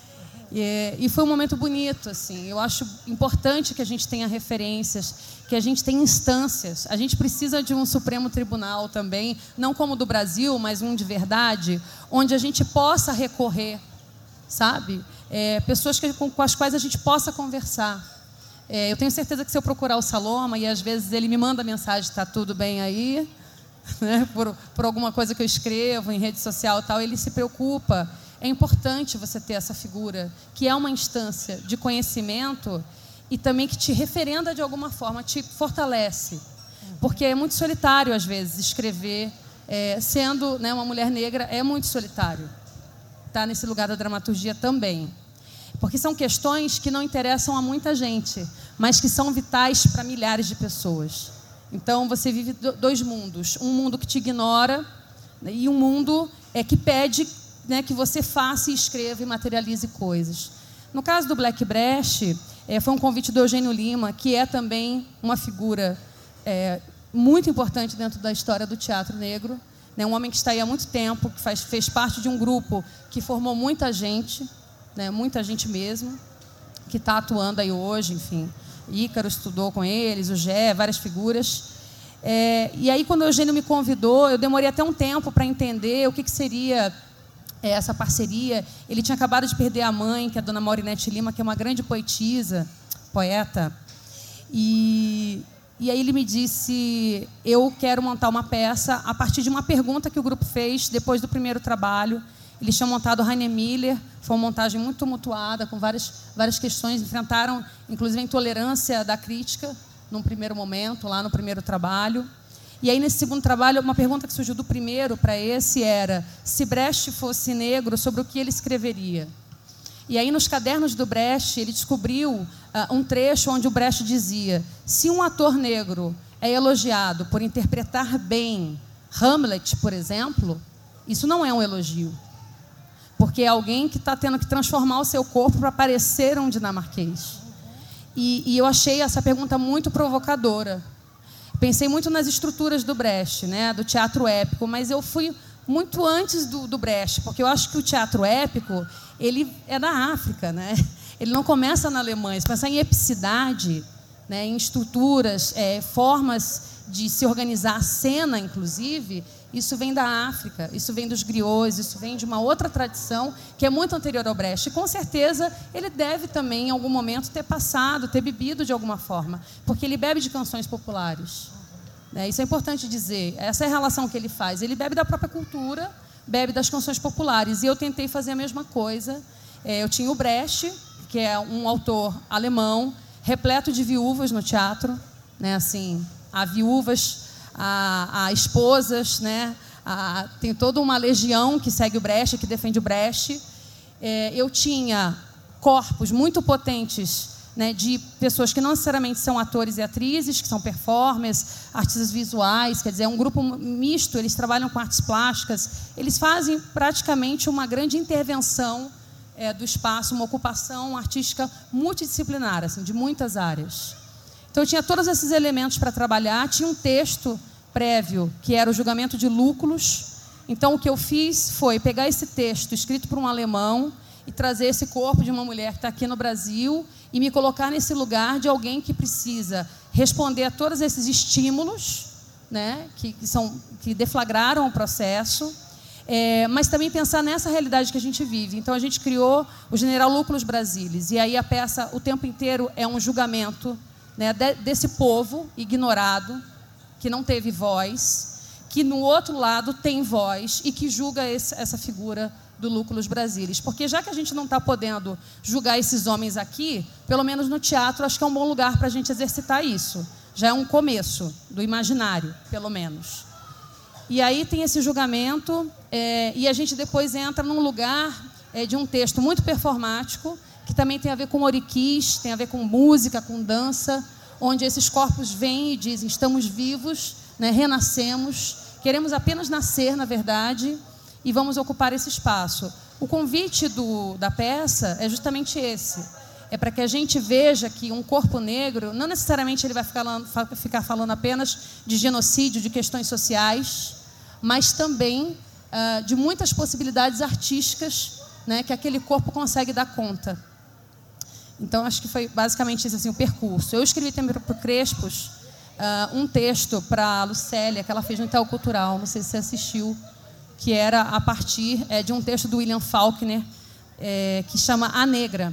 E: E, e foi um momento bonito, assim. Eu acho importante que a gente tenha referências, que a gente tenha instâncias. A gente precisa de um Supremo Tribunal também, não como o do Brasil, mas um de verdade, onde a gente possa recorrer, sabe? É, pessoas que, com, com as quais a gente possa conversar. É, eu tenho certeza que, se eu procurar o Saloma, e às vezes ele me manda mensagem: está tudo bem aí, né? por, por alguma coisa que eu escrevo em rede social e tal, ele se preocupa. É importante você ter essa figura, que é uma instância de conhecimento e também que te referenda de alguma forma, te fortalece. Porque é muito solitário, às vezes, escrever, é, sendo, né, uma mulher negra, é muito solitário. Está nesse lugar da dramaturgia também. Porque são questões que não interessam a muita gente, mas que são vitais para milhares de pessoas. Então, você vive dois mundos. Um mundo que te ignora, né, e um mundo é, que pede, né, que você faça e escreva e materialize coisas. No caso do Black Brecht, é, foi um convite do Eugênio Lima, que é também uma figura é, muito importante dentro da história do teatro negro, né, um homem que está aí há muito tempo, que faz, fez parte de um grupo que formou muita gente, né, muita gente mesmo, que está atuando aí hoje, enfim. Ícaro estudou com eles, o Gé, várias figuras. É, e aí, quando o Eugênio me convidou, eu demorei até um tempo para entender o que, que seria é, essa parceria. Ele tinha acabado de perder a mãe, que é a dona Maurinete Lima, que é uma grande poetisa, poeta. E, e aí ele me disse, eu quero montar uma peça a partir de uma pergunta que o grupo fez depois do primeiro trabalho. Eles tinham montado Rainer Miller, foi uma montagem muito tumultuada, com várias, várias questões, enfrentaram, inclusive, a intolerância da crítica, num primeiro momento, lá no primeiro trabalho. E aí, nesse segundo trabalho, uma pergunta que surgiu do primeiro para esse era, se Brecht fosse negro, sobre o que ele escreveria? E aí, nos cadernos do Brecht, ele descobriu uh, um trecho onde o Brecht dizia, se um ator negro é elogiado por interpretar bem Hamlet, por exemplo, isso não é um elogio. Porque é alguém que está tendo que transformar o seu corpo para parecer um dinamarquês. E, e eu achei essa pergunta muito provocadora. Pensei muito nas estruturas do Brecht, né, do teatro épico, mas eu fui muito antes do, do Brecht, porque eu acho que o teatro épico ele é da África, né? Ele não começa na Alemanha. Se pensar em epicidade, né, em estruturas, é, formas de se organizar a cena, inclusive, isso vem da África, isso vem dos griots, isso vem de uma outra tradição que é muito anterior ao Brecht. E, com certeza, ele deve também, em algum momento, ter passado, ter bebido de alguma forma, porque ele bebe de canções populares. Né? Isso é importante dizer. Essa é a relação que ele faz. Ele bebe da própria cultura, bebe das canções populares. E eu tentei fazer a mesma coisa. Eu tinha o Brecht, que é um autor alemão, repleto de viúvas no teatro, né? Assim, há viúvas, há, há esposas, né? há, tem toda uma legião que segue o Brecht, que defende o Brecht. É, eu tinha corpos muito potentes, né, de pessoas que não necessariamente são atores e atrizes, que são performers, artistas visuais, quer dizer, é um grupo misto, eles trabalham com artes plásticas, eles fazem praticamente uma grande intervenção é, do espaço, uma ocupação artística multidisciplinar, assim, de muitas áreas. Então, eu tinha todos esses elementos para trabalhar, tinha um texto prévio, que era o julgamento de Lúculos. Então, o que eu fiz foi pegar esse texto, escrito por um alemão, e trazer esse corpo de uma mulher que está aqui no Brasil e me colocar nesse lugar de alguém que precisa responder a todos esses estímulos, né, que, que, são, que deflagraram o processo, é, mas também pensar nessa realidade que a gente vive. Então, a gente criou o General Lúculos Brasilis, e aí a peça, o tempo inteiro, é um julgamento, né, de, desse povo ignorado, que não teve voz, que, no outro lado, tem voz e que julga esse, essa figura do Lúculos Brasilis. Porque, já que a gente não está podendo julgar esses homens aqui, pelo menos no teatro, acho que é um bom lugar para a gente exercitar isso. Já é um começo do imaginário, pelo menos. E aí tem esse julgamento, é, e a gente depois entra num lugar é, de um texto muito performático, que também tem a ver com oriquis, tem a ver com música, com dança, onde esses corpos vêm e dizem, estamos vivos, né, renascemos, queremos apenas nascer, na verdade, e vamos ocupar esse espaço. O convite do, da peça é justamente esse. É para que a gente veja que um corpo negro, não necessariamente ele vai ficar, ficar falando apenas de genocídio, de questões sociais, mas também uh, de muitas possibilidades artísticas, né, que aquele corpo consegue dar conta. Então, acho que foi basicamente esse assim, o percurso. Eu escrevi também para o Crespos uh, um texto para a Lucélia, que ela fez no Itaú Cultural, não sei se você assistiu, que era a partir é, de um texto do William Faulkner, é, que chama A Negra.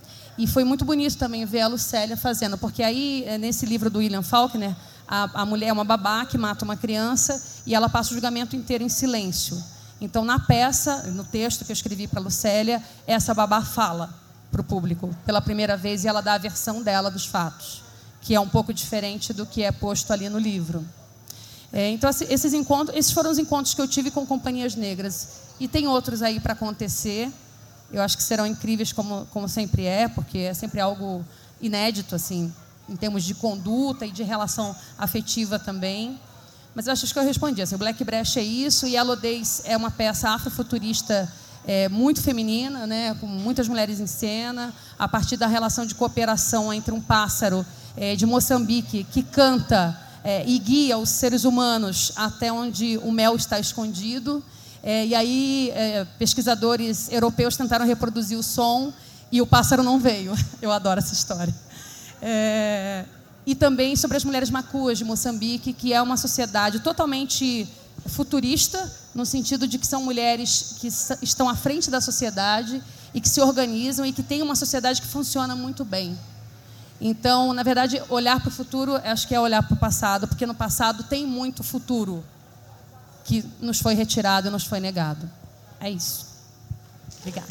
E: E foi muito bonito também ver a Lucélia fazendo, porque aí, nesse livro do William Faulkner, a, a mulher é uma babá que mata uma criança e ela passa o julgamento inteiro em silêncio. Então, na peça, no texto que eu escrevi para a Lucélia, essa babá fala. para o público pela primeira vez, e ela dá a versão dela dos fatos, que é um pouco diferente do que é posto ali no livro. É, então, esses, encontros, esses foram os encontros que eu tive com companhias negras. E tem outros aí para acontecer. Eu acho que serão incríveis, como, como sempre é, porque é sempre algo inédito, assim, em termos de conduta e de relação afetiva também. Mas eu acho que eu respondi. Assim, o Black Brecht é isso, e Yellow Days é uma peça afrofuturista é, muito feminina, né, com muitas mulheres em cena, a partir da relação de cooperação entre um pássaro é, de Moçambique que canta É, e guia os seres humanos até onde o mel está escondido. É, e aí, é, pesquisadores europeus tentaram reproduzir o som e o pássaro não veio. Eu adoro essa história. É, e também sobre as mulheres macuas de Moçambique, que é uma sociedade totalmente futurista, no sentido de que são mulheres que estão à frente da sociedade e que se organizam e que têm uma sociedade que funciona muito bem. Então, na verdade, olhar para o futuro, acho que é olhar para o passado, porque no passado tem muito futuro que nos foi retirado e nos foi negado. É isso. Obrigada.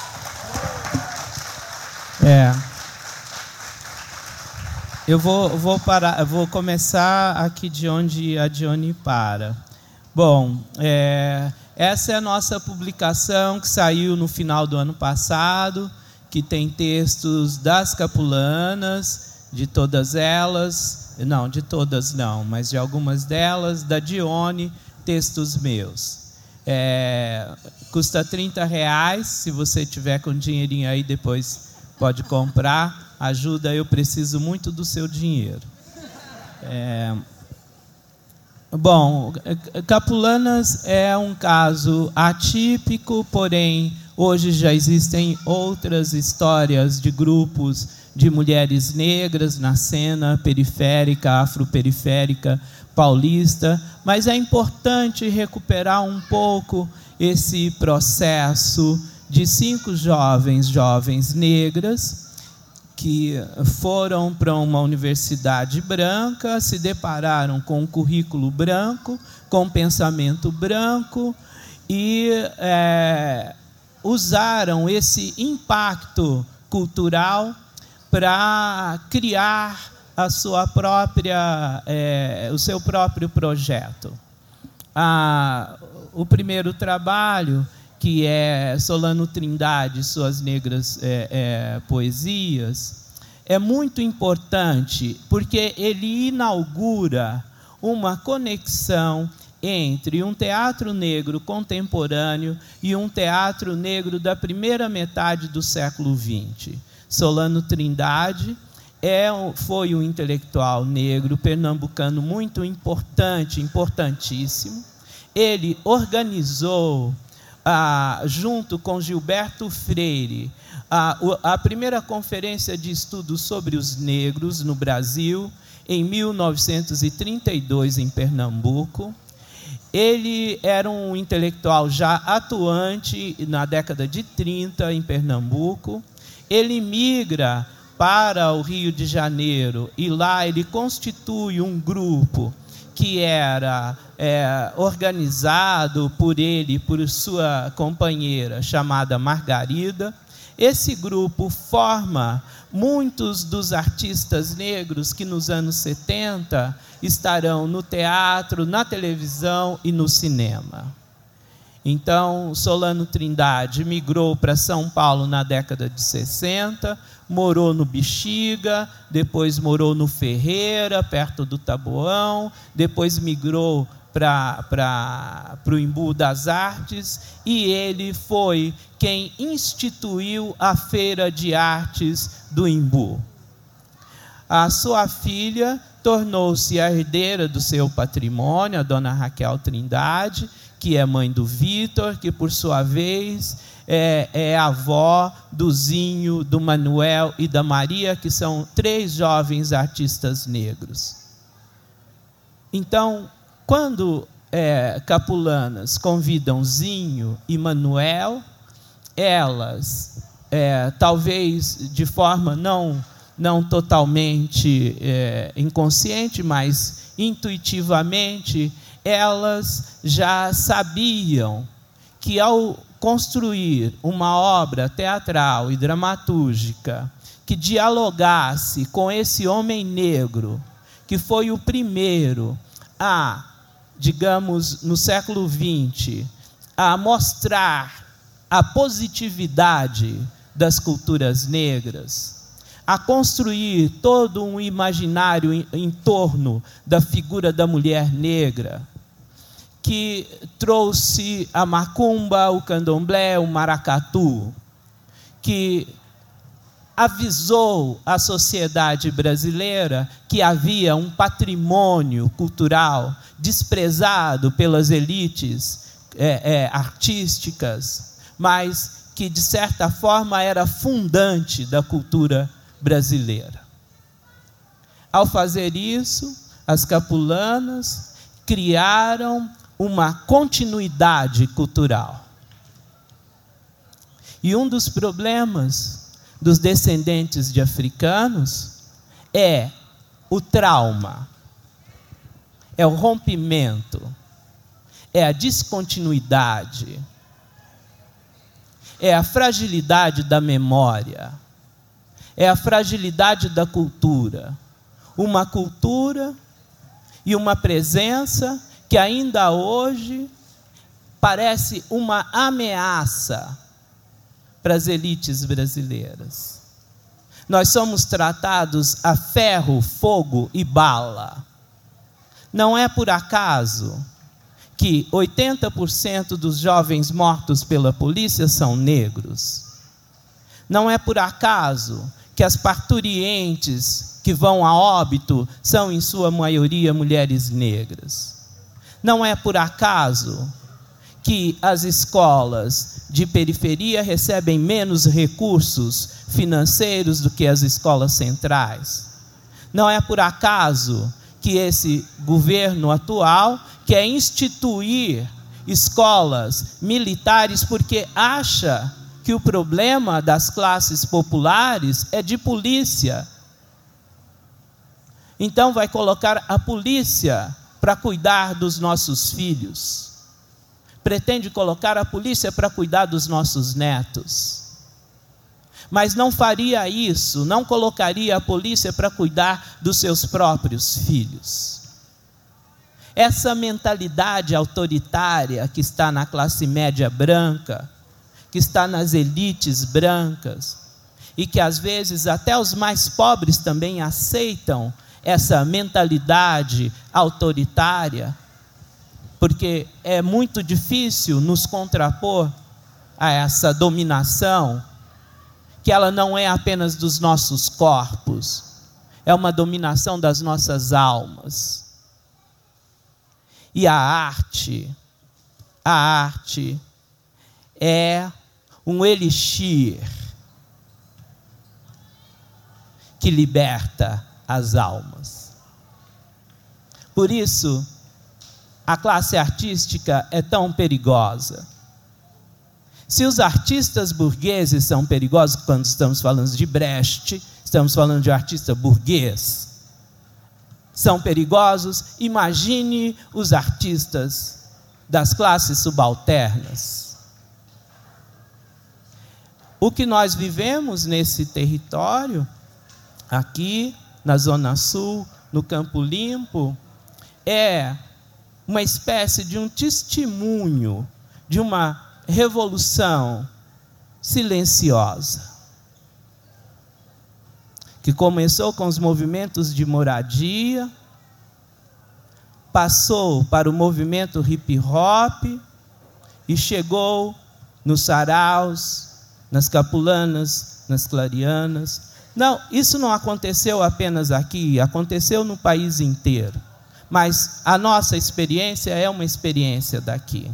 C: É. Eu vou, vou parar, eu vou começar aqui de onde a Dione para. Bom, é, essa é a nossa publicação que saiu no final do ano passado, que tem textos das capulanas, de todas elas, não, de todas não, mas de algumas delas, da Dione, textos meus. É, custa trinta reais, se você tiver com dinheirinho aí, depois pode comprar, ajuda, eu preciso muito do seu dinheiro. É, bom, Capulanas é um caso atípico, porém, hoje já existem outras histórias de grupos de mulheres negras na cena periférica, afroperiférica, paulista, mas é importante recuperar um pouco esse processo de cinco jovens, jovens negras, que foram para uma universidade branca, se depararam com um currículo branco, com um pensamento branco, e é, usaram esse impacto cultural para criar a sua própria, é, o seu próprio projeto. Ah, o primeiro trabalho, que é Solano Trindade, Suas Negras é, é, Poesias, é muito importante, porque ele inaugura uma conexão entre um teatro negro contemporâneo e um teatro negro da primeira metade do século vinte. Solano Trindade é, foi um intelectual negro pernambucano muito importante, importantíssimo. Ele organizou, ah, junto com Gilberto Freire, a, a primeira conferência de estudos sobre os negros no Brasil, em mil novecentos e trinta e dois, em Pernambuco. Ele era um intelectual já atuante na década de trinta, em Pernambuco. Ele migra para o Rio de Janeiro e lá ele constitui um grupo que era é, organizado por ele e por sua companheira, chamada Margarida. Esse grupo forma muitos dos artistas negros que nos anos setenta estarão no teatro, na televisão e no cinema. Então, Solano Trindade migrou para São Paulo na década de sessenta, morou no Bexiga, depois morou no Ferreira, perto do Taboão, depois migrou para o Embu das Artes, e ele foi quem instituiu a Feira de Artes do Embu. A sua filha tornou-se a herdeira do seu patrimônio, a dona Raquel Trindade, que é mãe do Vitor, que, por sua vez, é, é avó do Zinho, do Manuel e da Maria, que são três jovens artistas negros. Então, quando é, capulanas convidam Zinho e Manuel, elas, é, talvez de forma não, não totalmente é, inconsciente, mas intuitivamente, elas já sabiam que, ao construir uma obra teatral e dramatúrgica que dialogasse com esse homem negro, que foi o primeiro a, digamos, no século vinte, a mostrar a positividade das culturas negras, a construir todo um imaginário em, em torno da figura da mulher negra, que trouxe a macumba, o candomblé, o maracatu, que avisou a sociedade brasileira que havia um patrimônio cultural desprezado pelas elites é, é, artísticas, mas que, de certa forma, era fundante da cultura brasileira. Ao fazer isso, as capulanas criaram uma continuidade cultural. E um dos problemas dos descendentes de africanos é o trauma, é o rompimento, é a descontinuidade, é a fragilidade da memória, é a fragilidade da cultura. Uma cultura e uma presença que ainda hoje parece uma ameaça para as elites brasileiras. Nós somos tratados a ferro, fogo e bala. Não é por acaso que oitenta por cento dos jovens mortos pela polícia são negros. Não é por acaso que as parturientes que vão a óbito são, em sua maioria, mulheres negras. Não é por acaso que as escolas de periferia recebem menos recursos financeiros do que as escolas centrais. Não é por acaso que esse governo atual quer instituir escolas militares porque acha que o problema das classes populares é de polícia. Então vai colocar a polícia para cuidar dos nossos filhos. Pretende colocar a polícia para cuidar dos nossos netos. Mas não faria isso, não colocaria a polícia para cuidar dos seus próprios filhos. Essa mentalidade autoritária que está na classe média branca, que está nas elites brancas, e que às vezes até os mais pobres também aceitam essa mentalidade autoritária, porque é muito difícil nos contrapor a essa dominação, que ela não é apenas dos nossos corpos, é uma dominação das nossas almas. E a arte, a arte é um elixir que liberta as almas. Por isso, a classe artística é tão perigosa. Se os artistas burgueses são perigosos, quando estamos falando de Brecht, estamos falando de um artista burguês, são perigosos, imagine os artistas das classes subalternas. O que nós vivemos nesse território, aqui na Zona Sul, no Campo Limpo, é uma espécie de um testemunho de uma revolução silenciosa, que começou com os movimentos de moradia, passou para o movimento hip hop e chegou nos saraus, nas capulanas, nas clarianas. Não, isso não aconteceu apenas aqui, aconteceu no país inteiro. Mas a nossa experiência é uma experiência daqui.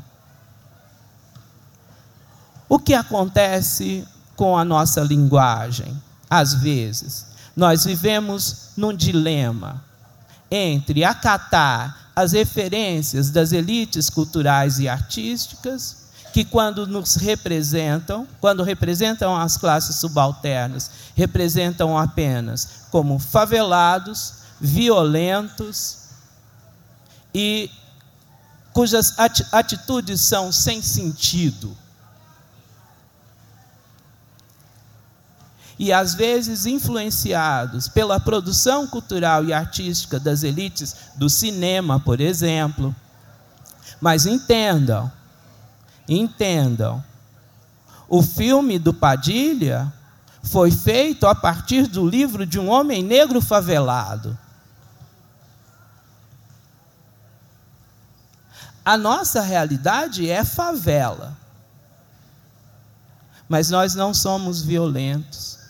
C: O que acontece com a nossa linguagem? Às vezes, nós vivemos num dilema entre acatar as referências das elites culturais e artísticas, que quando nos representam, quando representam as classes subalternas, representam apenas como favelados, violentos, e cujas atitudes são sem sentido. e às vezes influenciados pela produção cultural e artística das elites do cinema, por exemplo. Mas entendam, entendam, o filme do Padilha foi feito a partir do livro de um homem negro favelado. A nossa realidade é favela. Mas nós não somos violentos.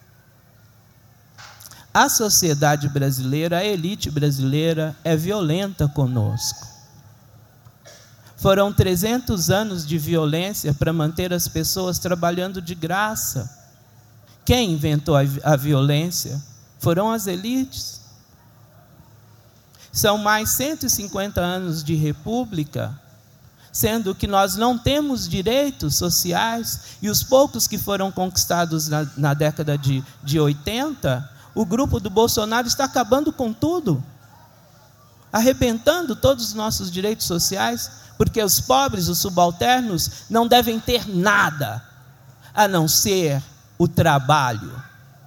C: A sociedade brasileira, a elite brasileira é violenta conosco. Foram trezentos anos de violência para manter as pessoas trabalhando de graça. Quem inventou a, a violência? Foram as elites. São mais cento e cinquenta anos de república, sendo que nós não temos direitos sociais, e os poucos que foram conquistados na, na década de, de oitenta, o grupo do Bolsonaro está acabando com tudo, arrebentando todos os nossos direitos sociais, porque os pobres, os subalternos, não devem ter nada, a não ser o trabalho.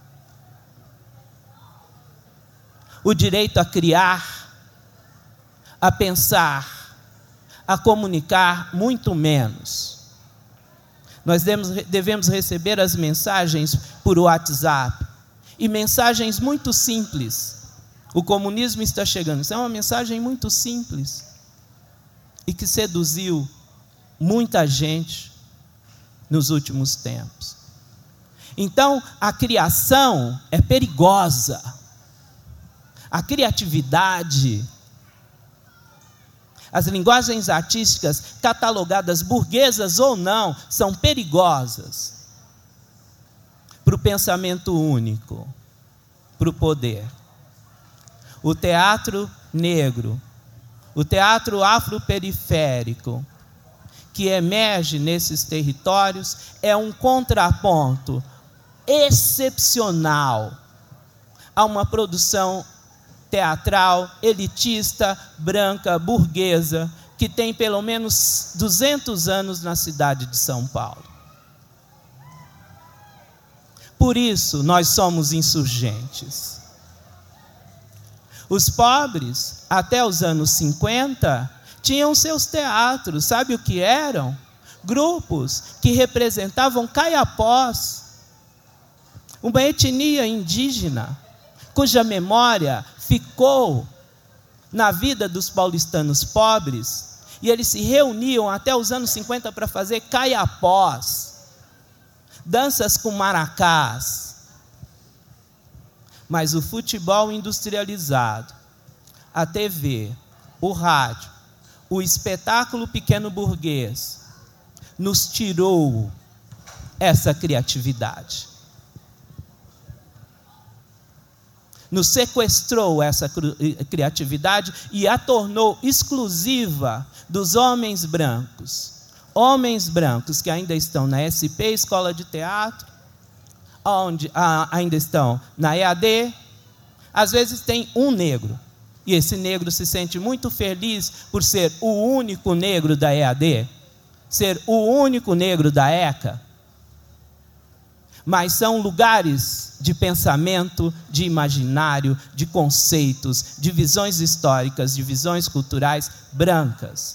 C: O direito a criar, a pensar, a comunicar, muito menos. Nós devemos, devemos receber as mensagens por WhatsApp, e mensagens muito simples. O comunismo está chegando. Isso é uma mensagem muito simples, e que seduziu muita gente nos últimos tempos. Então, a criação é perigosa. A criatividade, as linguagens artísticas, catalogadas burguesas ou não, são perigosas para o pensamento único, para o poder. O teatro negro, o teatro afroperiférico, que emerge nesses territórios, é um contraponto excepcional a uma produção teatral elitista, branca, burguesa, que tem pelo menos duzentos anos na cidade de São Paulo. Por isso, nós somos insurgentes. Os pobres, até os anos cinquenta, tinham seus teatros. Sabe o que eram? Grupos que representavam caiapós, uma etnia indígena, cuja memória ficou na vida dos paulistanos pobres, e eles se reuniam até os anos cinquenta para fazer caiapós, danças com maracás. Mas o futebol industrializado, a T V, o rádio, o espetáculo pequeno burguês, nos tirou essa criatividade. Nos sequestrou essa criatividade e a tornou exclusiva dos homens brancos. Homens brancos que ainda estão na S P, Escola de Teatro, onde ah, ainda estão na E A D. Às vezes tem um negro, e esse negro se sente muito feliz por ser o único negro da E A D, ser o único negro da ECA. Mas são lugares de pensamento, de imaginário, de conceitos, de visões históricas, de visões culturais brancas.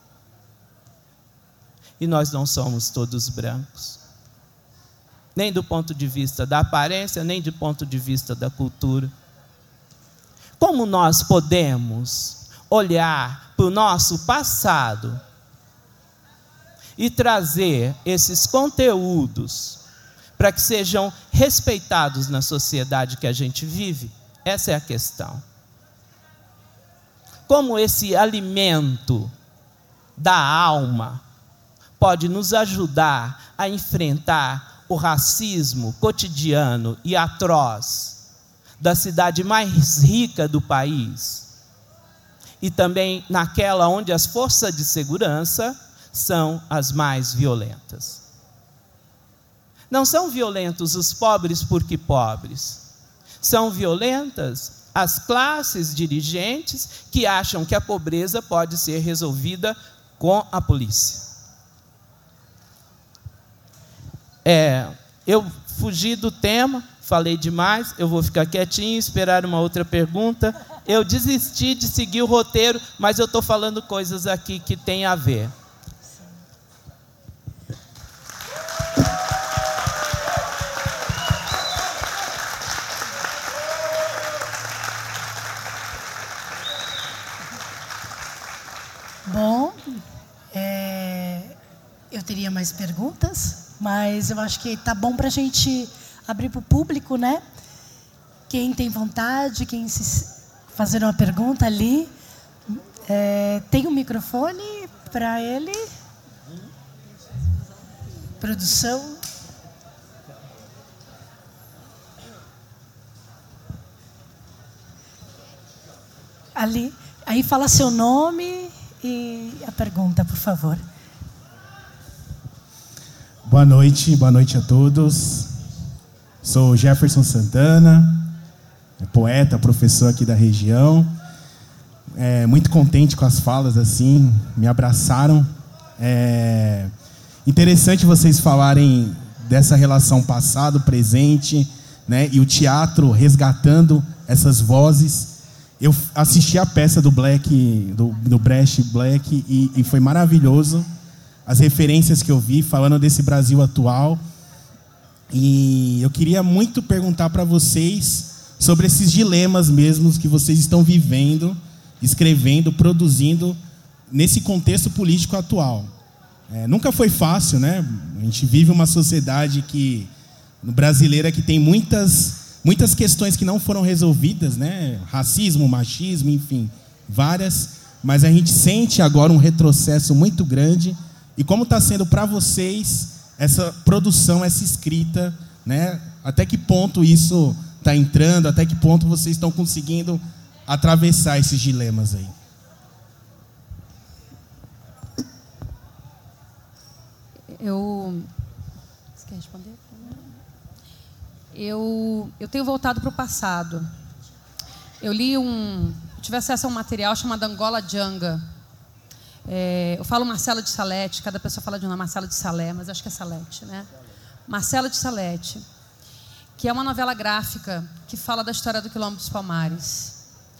C: E nós não somos todos brancos, nem do ponto de vista da aparência, nem do ponto de vista da cultura. Como nós podemos olhar para o nosso passado e trazer esses conteúdos para que sejam respeitados na sociedade que a gente vive? Essa é a questão. Como esse alimento da alma pode nos ajudar a enfrentar o racismo cotidiano e atroz da cidade mais rica do país, e também naquela onde as forças de segurança são as mais violentas. Não são violentos os pobres porque pobres. São violentas as classes dirigentes que acham que a pobreza pode ser resolvida com a polícia. É, eu fugi do tema, falei demais, eu vou ficar quietinho, esperar uma outra pergunta. Eu desisti de seguir o roteiro, mas eu estou falando coisas aqui que têm a ver.
D: Bom, é, eu teria mais perguntas, mas eu acho que tá bom para a gente abrir para o público, né? Quem tem vontade, quem se fazer uma pergunta ali, é, tem um microfone para ele? Produção. Ali, aí fala seu nome e a pergunta, por favor.
F: Boa noite, boa noite a todos. Sou Jefferson Santana, poeta, professor aqui da região. É, muito contente com as falas, assim, me abraçaram. É interessante vocês falarem dessa relação passado, presente, né, e o teatro resgatando essas vozes. Eu assisti a peça do Black, do, do Brecht Black, e, e foi maravilhoso. As referências que eu vi falando desse Brasil atual. E eu queria muito perguntar para vocês sobre esses dilemas mesmos que vocês estão vivendo, escrevendo, produzindo nesse contexto político atual. É, nunca foi fácil, né? A gente vive uma sociedade que, brasileira que tem muitas, muitas questões que não foram resolvidas, né? Racismo, machismo, enfim, várias. Mas a gente sente agora um retrocesso muito grande. E como está sendo para vocês essa produção, essa escrita, né? Até que ponto isso está entrando, até que ponto vocês estão conseguindo atravessar esses dilemas aí?
E: Eu... Você quer responder? Eu, eu tenho voltado para o passado. Eu li um... Eu tive acesso a um material chamado Angola Djanga. É, eu falo Marcela de Salete, cada pessoa fala de uma Marcela de Salé, mas acho que é Salete, né? Marcela de Salete, que é uma novela gráfica que fala da história do Quilombo dos Palmares.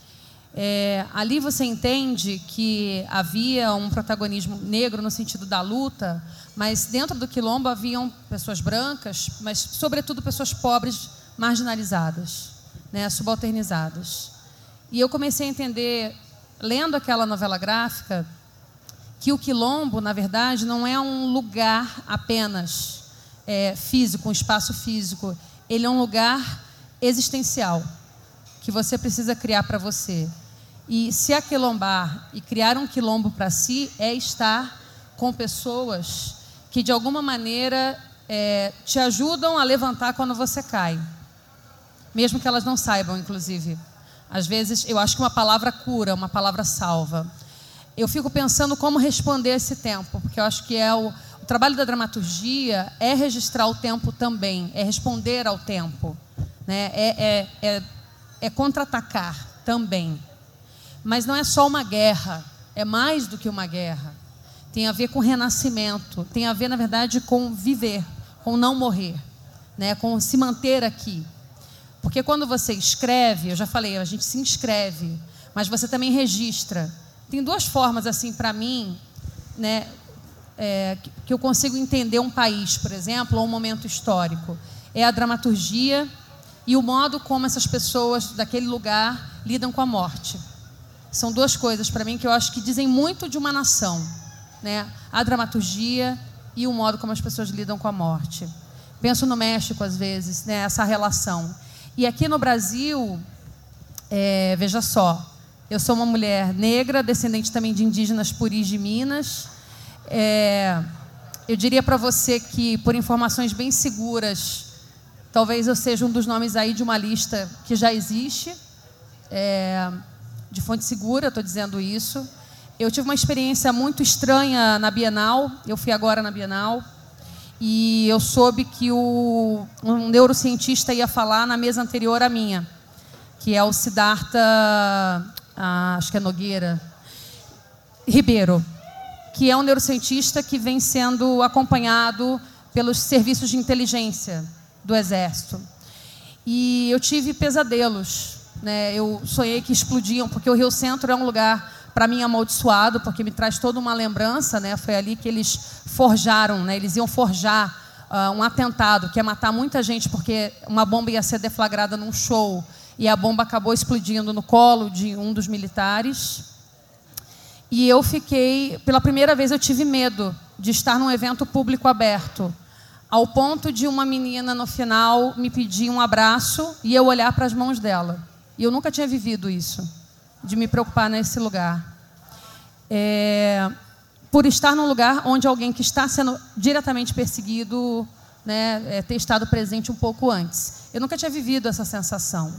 E: É, ali você entende que havia um protagonismo negro no sentido da luta, mas dentro do Quilombo haviam pessoas brancas, mas sobretudo pessoas pobres, marginalizadas, né, subalternizadas. E eu comecei a entender, lendo aquela novela gráfica, que o Quilombo, na verdade, não é um lugar apenas é, físico, um espaço físico. Ele é um lugar existencial, que você precisa criar para você. E se aquilombar e criar um quilombo para si é estar com pessoas que, de alguma maneira, é, te ajudam a levantar quando você cai. Mesmo que elas não saibam, inclusive. Às vezes, eu acho que uma palavra cura, uma palavra salva. Eu fico pensando como responder esse tempo, porque eu acho que é o, o trabalho da dramaturgia é registrar o tempo também, é responder ao tempo, né? é, é, é, é contra-atacar também. Mas não é só uma guerra, é mais do que uma guerra. Tem a ver com renascimento, tem a ver, na verdade, com viver, com não morrer, né? Com se manter aqui. Porque quando você escreve, eu já falei, a gente se inscreve, mas você também registra. Tem duas formas, assim, para mim, né, é, que eu consigo entender um país, por exemplo, ou um momento histórico. É a dramaturgia e o modo como essas pessoas daquele lugar lidam com a morte. São duas coisas, para mim, que eu acho que dizem muito de uma nação, né? A dramaturgia e o modo como as pessoas lidam com a morte. Penso no México, às vezes, né, essa relação. E aqui no Brasil, é, veja só, eu sou uma mulher negra, descendente também de indígenas puris de Minas. É, eu diria para você que, por informações bem seguras, talvez eu seja um dos nomes aí de uma lista que já existe, é, de fonte segura, estou dizendo isso. Eu tive uma experiência muito estranha na Bienal, eu fui agora na Bienal, e eu soube que o, um neurocientista ia falar na mesa anterior à minha, que é o Siddhartha... Ah, acho que é Nogueira, Ribeiro, que é um neurocientista que vem sendo acompanhado pelos serviços de inteligência do Exército. E eu tive pesadelos, né? Eu sonhei que explodiam, porque o Rio Centro é um lugar, para mim, amaldiçoado, porque me traz toda uma lembrança, né? Foi ali que eles forjaram, né? Eles iam forjar uh, um atentado, que ia matar muita gente, porque uma bomba ia ser deflagrada num show, e a bomba acabou explodindo no colo de um dos militares. E eu fiquei, pela primeira vez eu tive medo de estar num evento público aberto, ao ponto de uma menina, no final, me pedir um abraço e eu olhar para as mãos dela. E eu nunca tinha vivido isso, de me preocupar nesse lugar. É, por estar num lugar onde alguém que está sendo diretamente perseguido, né, é, ter estado presente um pouco antes. Eu nunca tinha vivido essa sensação.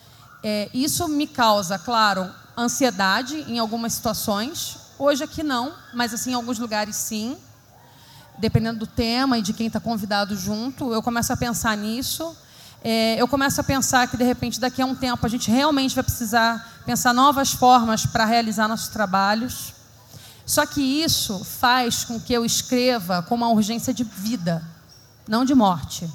E: É, isso me causa, claro, ansiedade em algumas situações. Hoje aqui não, mas assim, em alguns lugares sim. Dependendo do tema e de quem está convidado junto, eu começo a pensar nisso. É, eu começo a pensar que, de repente, daqui a um tempo, a gente realmente vai precisar pensar novas formas para realizar nossos trabalhos. Só que isso faz com que eu escreva com uma urgência de vida, não de morte.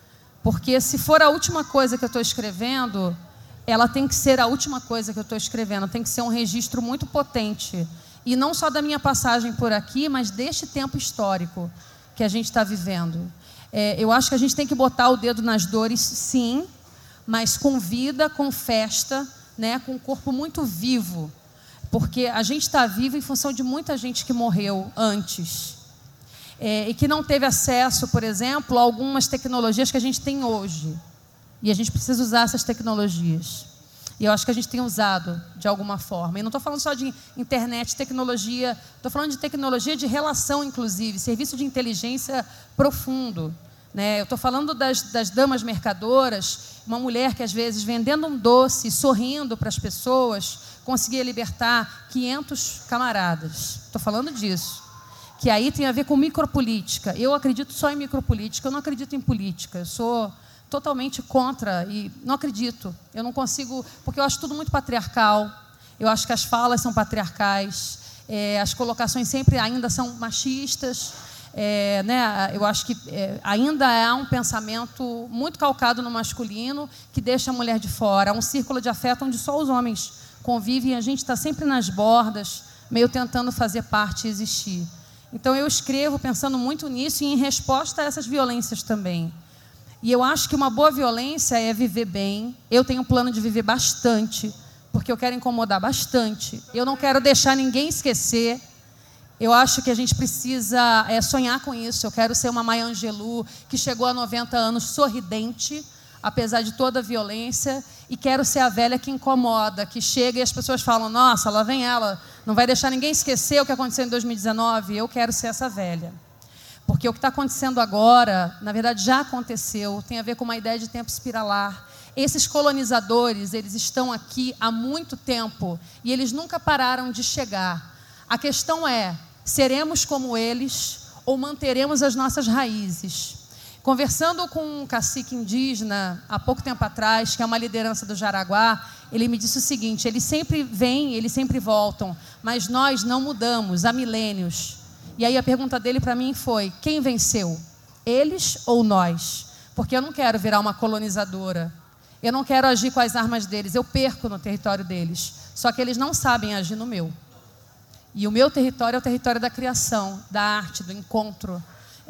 E: Porque se for a última coisa que eu estou escrevendo, ela tem que ser a última coisa que eu estou escrevendo, tem que ser um registro muito potente. E não só da minha passagem por aqui, mas deste tempo histórico que a gente está vivendo. É, eu acho que a gente tem que botar o dedo nas dores, sim, mas com vida, com festa, né, com um corpo muito vivo. Porque a gente está vivo em função de muita gente que morreu antes. É, e que não teve acesso, por exemplo, a algumas tecnologias que a gente tem hoje. E a gente precisa usar essas tecnologias. E eu acho que a gente tem usado de alguma forma. E não estou falando só de internet, tecnologia, estou falando de tecnologia de relação, inclusive, serviço de inteligência profundo. Né? Eu estou falando das, das damas mercadoras, uma mulher que, às vezes, vendendo um doce, sorrindo para as pessoas, conseguia libertar quinhentos camaradas. Estou falando disso. Que aí tem a ver com micropolítica. Eu acredito só em micropolítica, eu não acredito em política. Eu sou totalmente contra e não acredito. Eu não consigo, porque eu acho tudo muito patriarcal. Eu acho que as falas são patriarcais, é, as colocações sempre ainda são machistas. É, né, eu acho que é, ainda há um pensamento muito calcado no masculino que deixa a mulher de fora. Há um círculo de afeto onde só os homens convivem e a gente está sempre nas bordas, meio tentando fazer parte e existir. Então eu escrevo pensando muito nisso e em resposta a essas violências também. E eu acho que uma boa violência é viver bem. Eu tenho um plano de viver bastante, porque eu quero incomodar bastante. Eu não quero deixar ninguém esquecer. Eu acho que a gente precisa é, sonhar com isso. Eu quero ser uma Maya Angelou, que chegou a noventa anos sorridente, apesar de toda a violência, e quero ser a velha que incomoda, que chega e as pessoas falam, nossa, lá vem ela, não vai deixar ninguém esquecer o que aconteceu em dois mil e dezenove. Eu quero ser essa velha. Porque o que está acontecendo agora, na verdade, já aconteceu, tem a ver com uma ideia de tempo espiralar. Esses colonizadores, eles estão aqui há muito tempo e eles nunca pararam de chegar. A questão é, seremos como eles ou manteremos as nossas raízes? Conversando com um cacique indígena, há pouco tempo atrás, que é uma liderança do Jaraguá, ele me disse o seguinte, eles sempre vêm, eles sempre voltam, mas nós não mudamos há milênios. E aí a pergunta dele para mim foi, quem venceu? Eles ou nós? Porque eu não quero virar uma colonizadora. Eu não quero agir com as armas deles. Eu perco no território deles. Só que eles não sabem agir no meu. E o meu território é o território da criação, da arte, do encontro.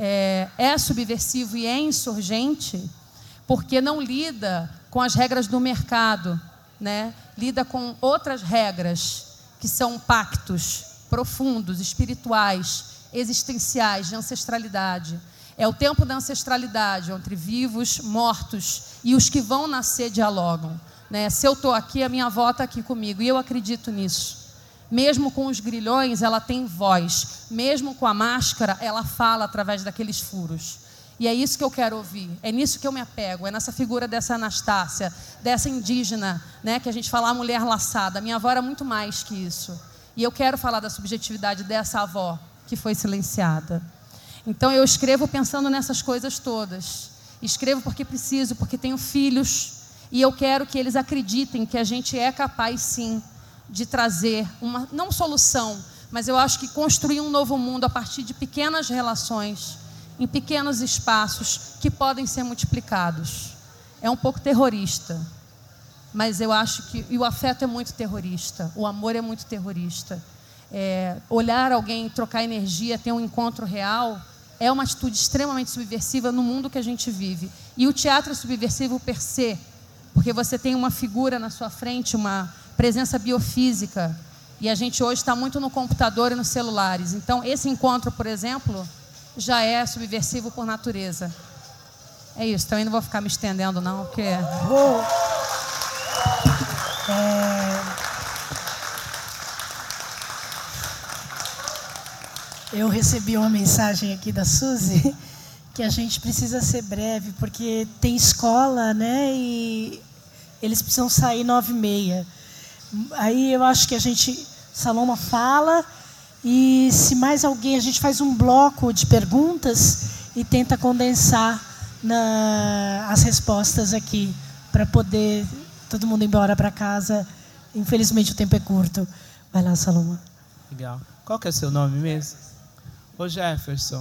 E: É, é subversivo e é insurgente porque não lida com as regras do mercado, né? Lida com outras regras que são pactos profundos, espirituais, existenciais, de ancestralidade. É o tempo da ancestralidade, entre vivos, mortos e os que vão nascer dialogam. Né? Se eu estou aqui, a minha avó está aqui comigo, e eu acredito nisso. Mesmo com os grilhões, ela tem voz. Mesmo com a máscara, ela fala através daqueles furos. E é isso que eu quero ouvir, é nisso que eu me apego, é nessa figura dessa Anastácia, dessa indígena, né, que a gente fala a mulher laçada. A minha avó era muito mais que isso. E eu quero falar da subjetividade dessa avó que foi silenciada. Então eu escrevo pensando nessas coisas todas. Escrevo porque preciso, porque tenho filhos. E eu quero que eles acreditem que a gente é capaz, sim, de trazer uma, não solução, mas eu acho que construir um novo mundo a partir de pequenas relações em pequenos espaços que podem ser multiplicados. É um pouco terrorista, mas eu acho que... E o afeto é muito terrorista, o amor é muito terrorista. É, olhar alguém, trocar energia, ter um encontro real, é uma atitude extremamente subversiva no mundo que a gente vive. E o teatro é subversivo per se, porque você tem uma figura na sua frente, uma presença biofísica, e a gente hoje está muito no computador e nos celulares. Então, esse encontro, por exemplo, já é subversivo por natureza. É isso, também não vou ficar me estendendo, não, porque...
D: Vou... É... Eu recebi uma mensagem aqui da Suzy que a gente precisa ser breve, porque tem escola, né? E eles precisam sair nove e meia. Aí eu acho que a gente... Saloma fala, e se mais alguém, a gente faz um bloco de perguntas e tenta condensar na, as respostas aqui, para poder todo mundo ir embora para casa. Infelizmente o tempo é curto. Vai lá, Saloma.
C: Legal. Qual que é o seu nome mesmo? Ô Jefferson.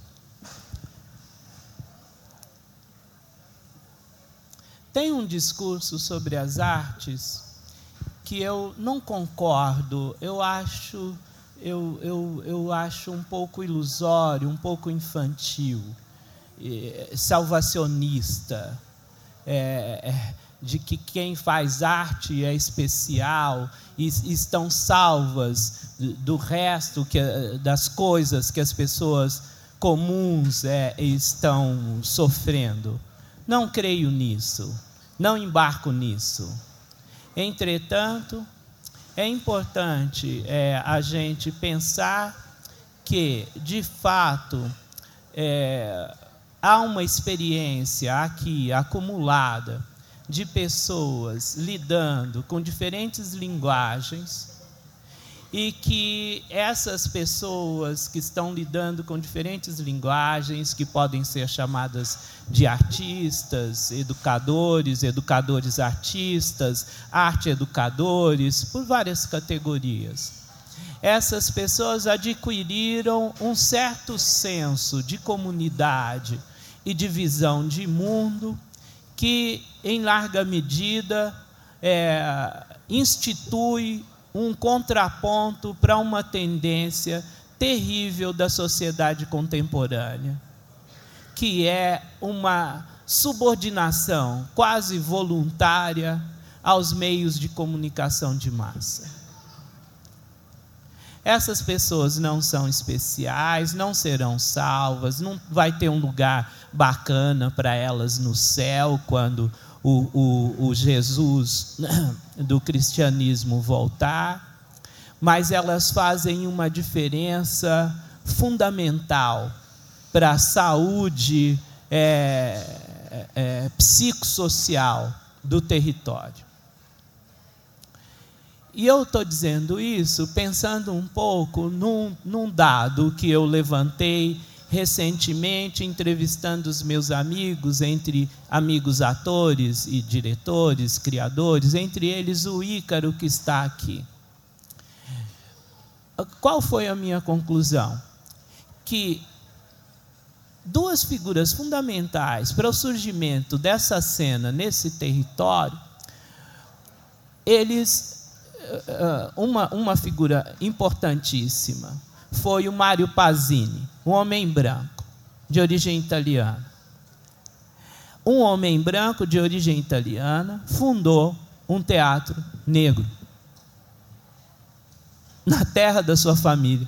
C: Tem um discurso sobre as artes que eu não concordo, eu acho, eu, eu, eu acho um pouco ilusório, um pouco infantil, é, salvacionista, é, é, de que quem faz arte é especial e, e estão salvas do, do resto que, das coisas que as pessoas comuns é, estão sofrendo. Não creio nisso, não embarco nisso. Entretanto, é importante é, a gente pensar que, de fato, é, há uma experiência aqui acumulada de pessoas lidando com diferentes linguagens e que essas pessoas que estão lidando com diferentes linguagens, que podem ser chamadas de artistas, educadores, educadores artistas, arte-educadores, por várias categorias. Essas pessoas adquiriram um certo senso de comunidade e de visão de mundo que, em larga medida, é, institui um contraponto para uma tendência terrível da sociedade contemporânea, que é uma subordinação quase voluntária aos meios de comunicação de massa. Essas pessoas não são especiais, não serão salvas, não vai ter um lugar bacana para elas no céu quando o, o, o Jesus do cristianismo voltar, mas elas fazem uma diferença fundamental para a saúde é, é, psicossocial do território. E eu estou dizendo isso pensando um pouco num, num dado que eu levantei recentemente, entrevistando os meus amigos, entre amigos atores e diretores, criadores, entre eles o Ícaro, que está aqui. Qual foi a minha conclusão? Que duas figuras fundamentais para o surgimento dessa cena nesse território, eles... Uma, uma figura importantíssima foi o Mário Pasini, um homem branco, de origem italiana. Um homem branco de origem italiana fundou um teatro negro na terra da sua família.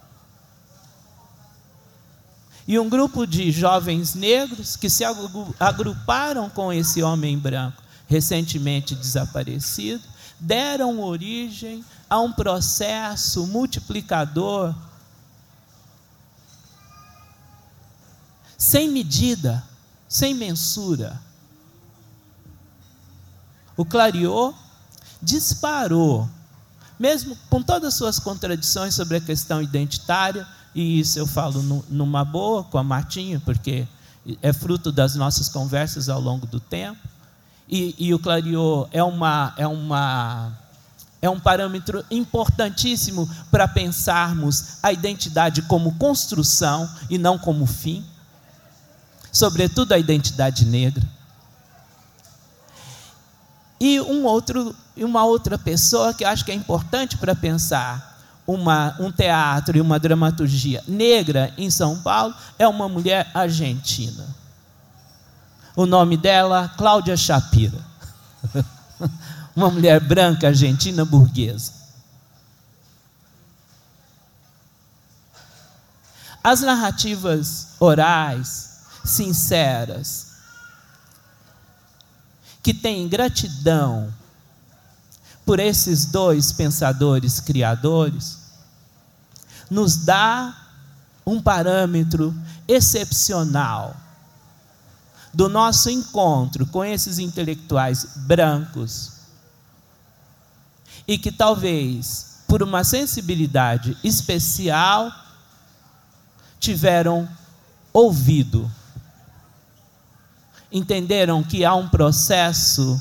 C: E um grupo de jovens negros que se agruparam com esse homem branco, recentemente desaparecido, deram origem a um processo multiplicador sem medida, sem mensura. O Clariot disparou, mesmo com todas as suas contradições sobre a questão identitária, e isso eu falo no, numa boa com a Martinha, porque é fruto das nossas conversas ao longo do tempo. E, e o Clariot é, uma, é, uma, é um parâmetro importantíssimo para pensarmos a identidade como construção e não como fim. sobretudo a identidade negra. E um outro, uma outra pessoa que eu acho que é importante para pensar uma, um teatro e uma dramaturgia negra em São Paulo é uma mulher argentina. O nome dela, Cláudia Shapira. Uma mulher branca, argentina, burguesa. As narrativas orais, sinceras, que têm gratidão por esses dois pensadores criadores, nos dá um parâmetro excepcional do nosso encontro com esses intelectuais brancos e que talvez, por uma sensibilidade especial, tiveram ouvido, entenderam que há um processo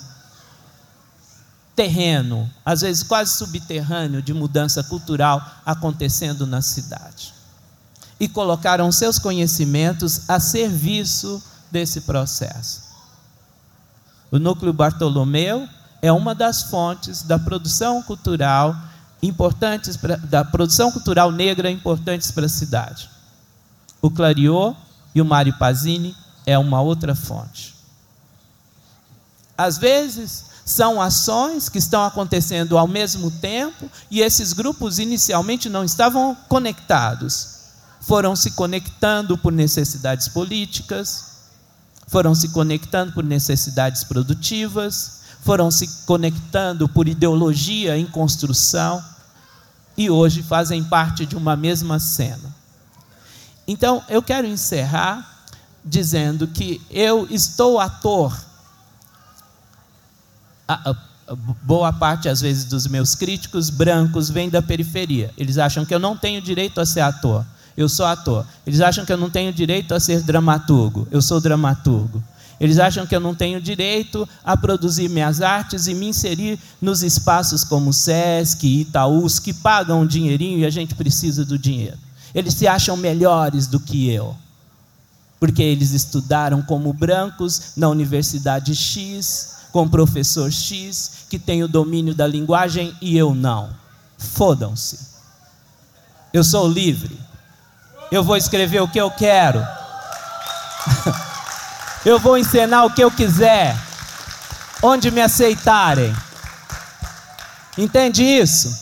C: terreno, às vezes quase subterrâneo, de mudança cultural acontecendo na cidade. E colocaram seus conhecimentos a serviço desse processo. O Núcleo Bartolomeu é uma das fontes da produção cultural importantes pra, da produção cultural negra importantes para a cidade. O Clariô e o Mário Pazini é uma outra fonte. Às vezes, são ações que estão acontecendo ao mesmo tempo e esses grupos inicialmente não estavam conectados. Foram se conectando por necessidades políticas, foram se conectando por necessidades produtivas, foram se conectando por ideologia em construção e hoje fazem parte de uma mesma cena. Então, eu quero encerrar dizendo que eu estou ator. A, a, a boa parte, às vezes, dos meus críticos brancos vem da periferia. Eles acham que eu não tenho direito a ser ator. Eu sou ator. Eles acham que eu não tenho direito a ser dramaturgo. Eu sou dramaturgo. Eles acham que eu não tenho direito a produzir minhas artes e me inserir nos espaços como Sesc, Itaús, que pagam um dinheirinho e a gente precisa do dinheiro. Eles se acham melhores do que eu, porque eles estudaram como brancos na Universidade X, com o professor X, que tem o domínio da linguagem e eu não. Fodam-se. Eu sou livre. Eu vou escrever o que eu quero. Eu vou encenar o que eu quiser, onde me aceitarem. Entende isso?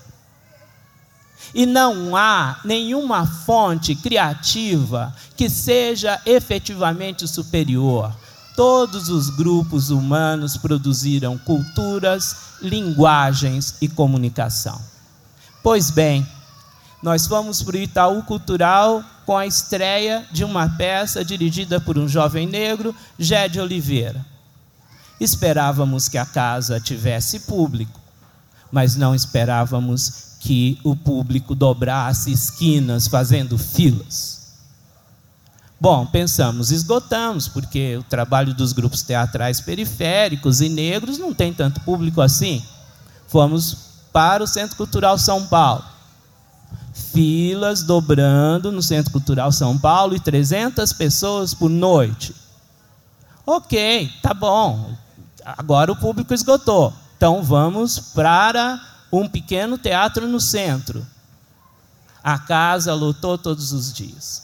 C: E não há nenhuma fonte criativa que seja efetivamente superior. Todos os grupos humanos produziram culturas, linguagens e comunicação. Pois bem, nós fomos para o Itaú Cultural com a estreia de uma peça dirigida por um jovem negro, Gédio Oliveira. Esperávamos que a casa tivesse público, mas não esperávamos que o público dobrasse esquinas fazendo filas. Bom, pensamos, esgotamos, porque o trabalho dos grupos teatrais periféricos e negros não tem tanto público assim. Fomos para o Centro Cultural São Paulo. Filas dobrando no Centro Cultural São Paulo e trezentas pessoas por noite. Ok, tá bom. Agora o público esgotou. Então vamos para um pequeno teatro no centro. A casa lotou todos os dias.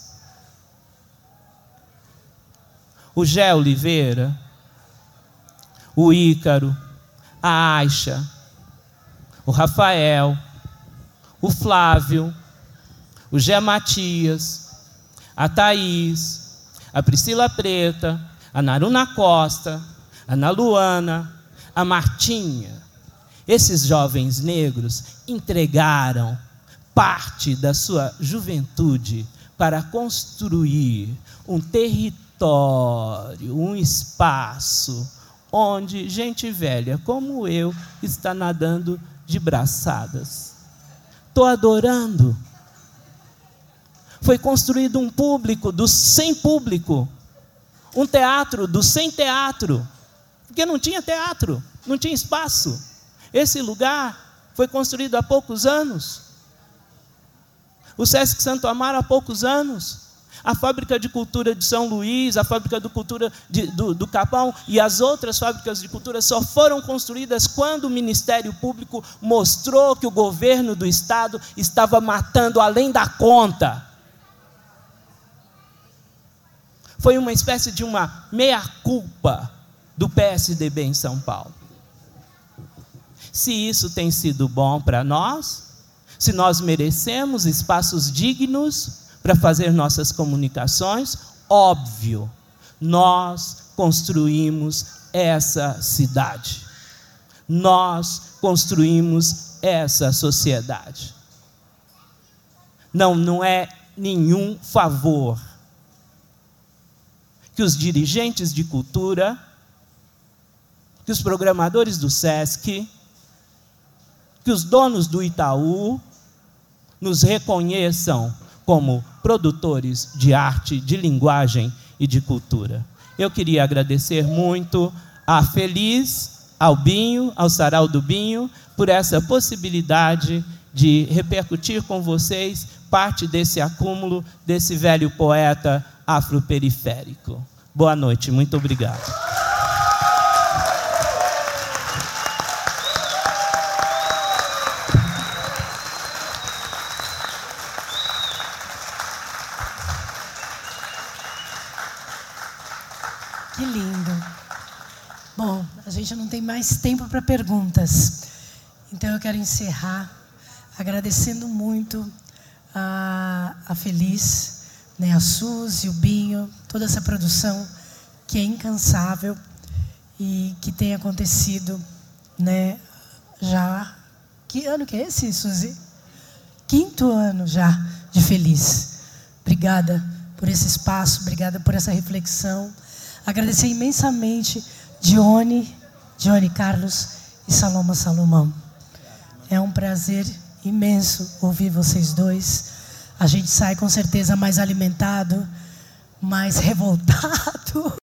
C: O Gé Oliveira, o Ícaro, a Aixa, o Rafael, o Flávio, o Gé Matias, a Thaís, a Priscila Preta, a Naruna Costa, a Ana Luana, a Martinha. Esses jovens negros entregaram parte da sua juventude para construir um território, um espaço onde gente velha como eu está nadando de braçadas. Estou adorando. Foi construído um público do sem público, um teatro do sem teatro, porque não tinha teatro, não tinha espaço. Esse lugar foi construído há poucos anos. O Sesc Santo Amaro há poucos anos. A Fábrica de Cultura de São Luís, a Fábrica de Cultura de, do, do Capão e as outras fábricas de cultura só foram construídas quando o Ministério Público mostrou que o governo do Estado estava matando além da conta. Foi uma espécie de uma meia-culpa do P S D B em São Paulo. Se isso tem sido bom para nós, se nós merecemos espaços dignos para fazer nossas comunicações, óbvio, nós construímos essa cidade. Nós construímos essa sociedade. Não, não é nenhum favor que os dirigentes de cultura, que os programadores do SESC, que os donos do Itaú nos reconheçam como produtores de arte, de linguagem e de cultura. Eu queria agradecer muito a Feliz, ao Binho, ao Sarau do Binho, por essa possibilidade de repercutir com vocês parte desse acúmulo desse velho poeta afroperiférico. Boa noite, muito obrigado.
D: Que lindo. Bom, a gente não tem mais tempo para perguntas. Então eu quero encerrar agradecendo muito a, a Feliz, né, a Suzy, o Binho, toda essa produção que é incansável e que tem acontecido, né, já... Que ano que é esse, Suzy? Quinto ano já de Feliz. Obrigada por esse espaço, obrigada por essa reflexão. Agradecer imensamente Dione, Dione Carlos e Saloma Salomão. É um prazer imenso ouvir vocês dois. A gente sai com certeza mais alimentado, mais revoltado.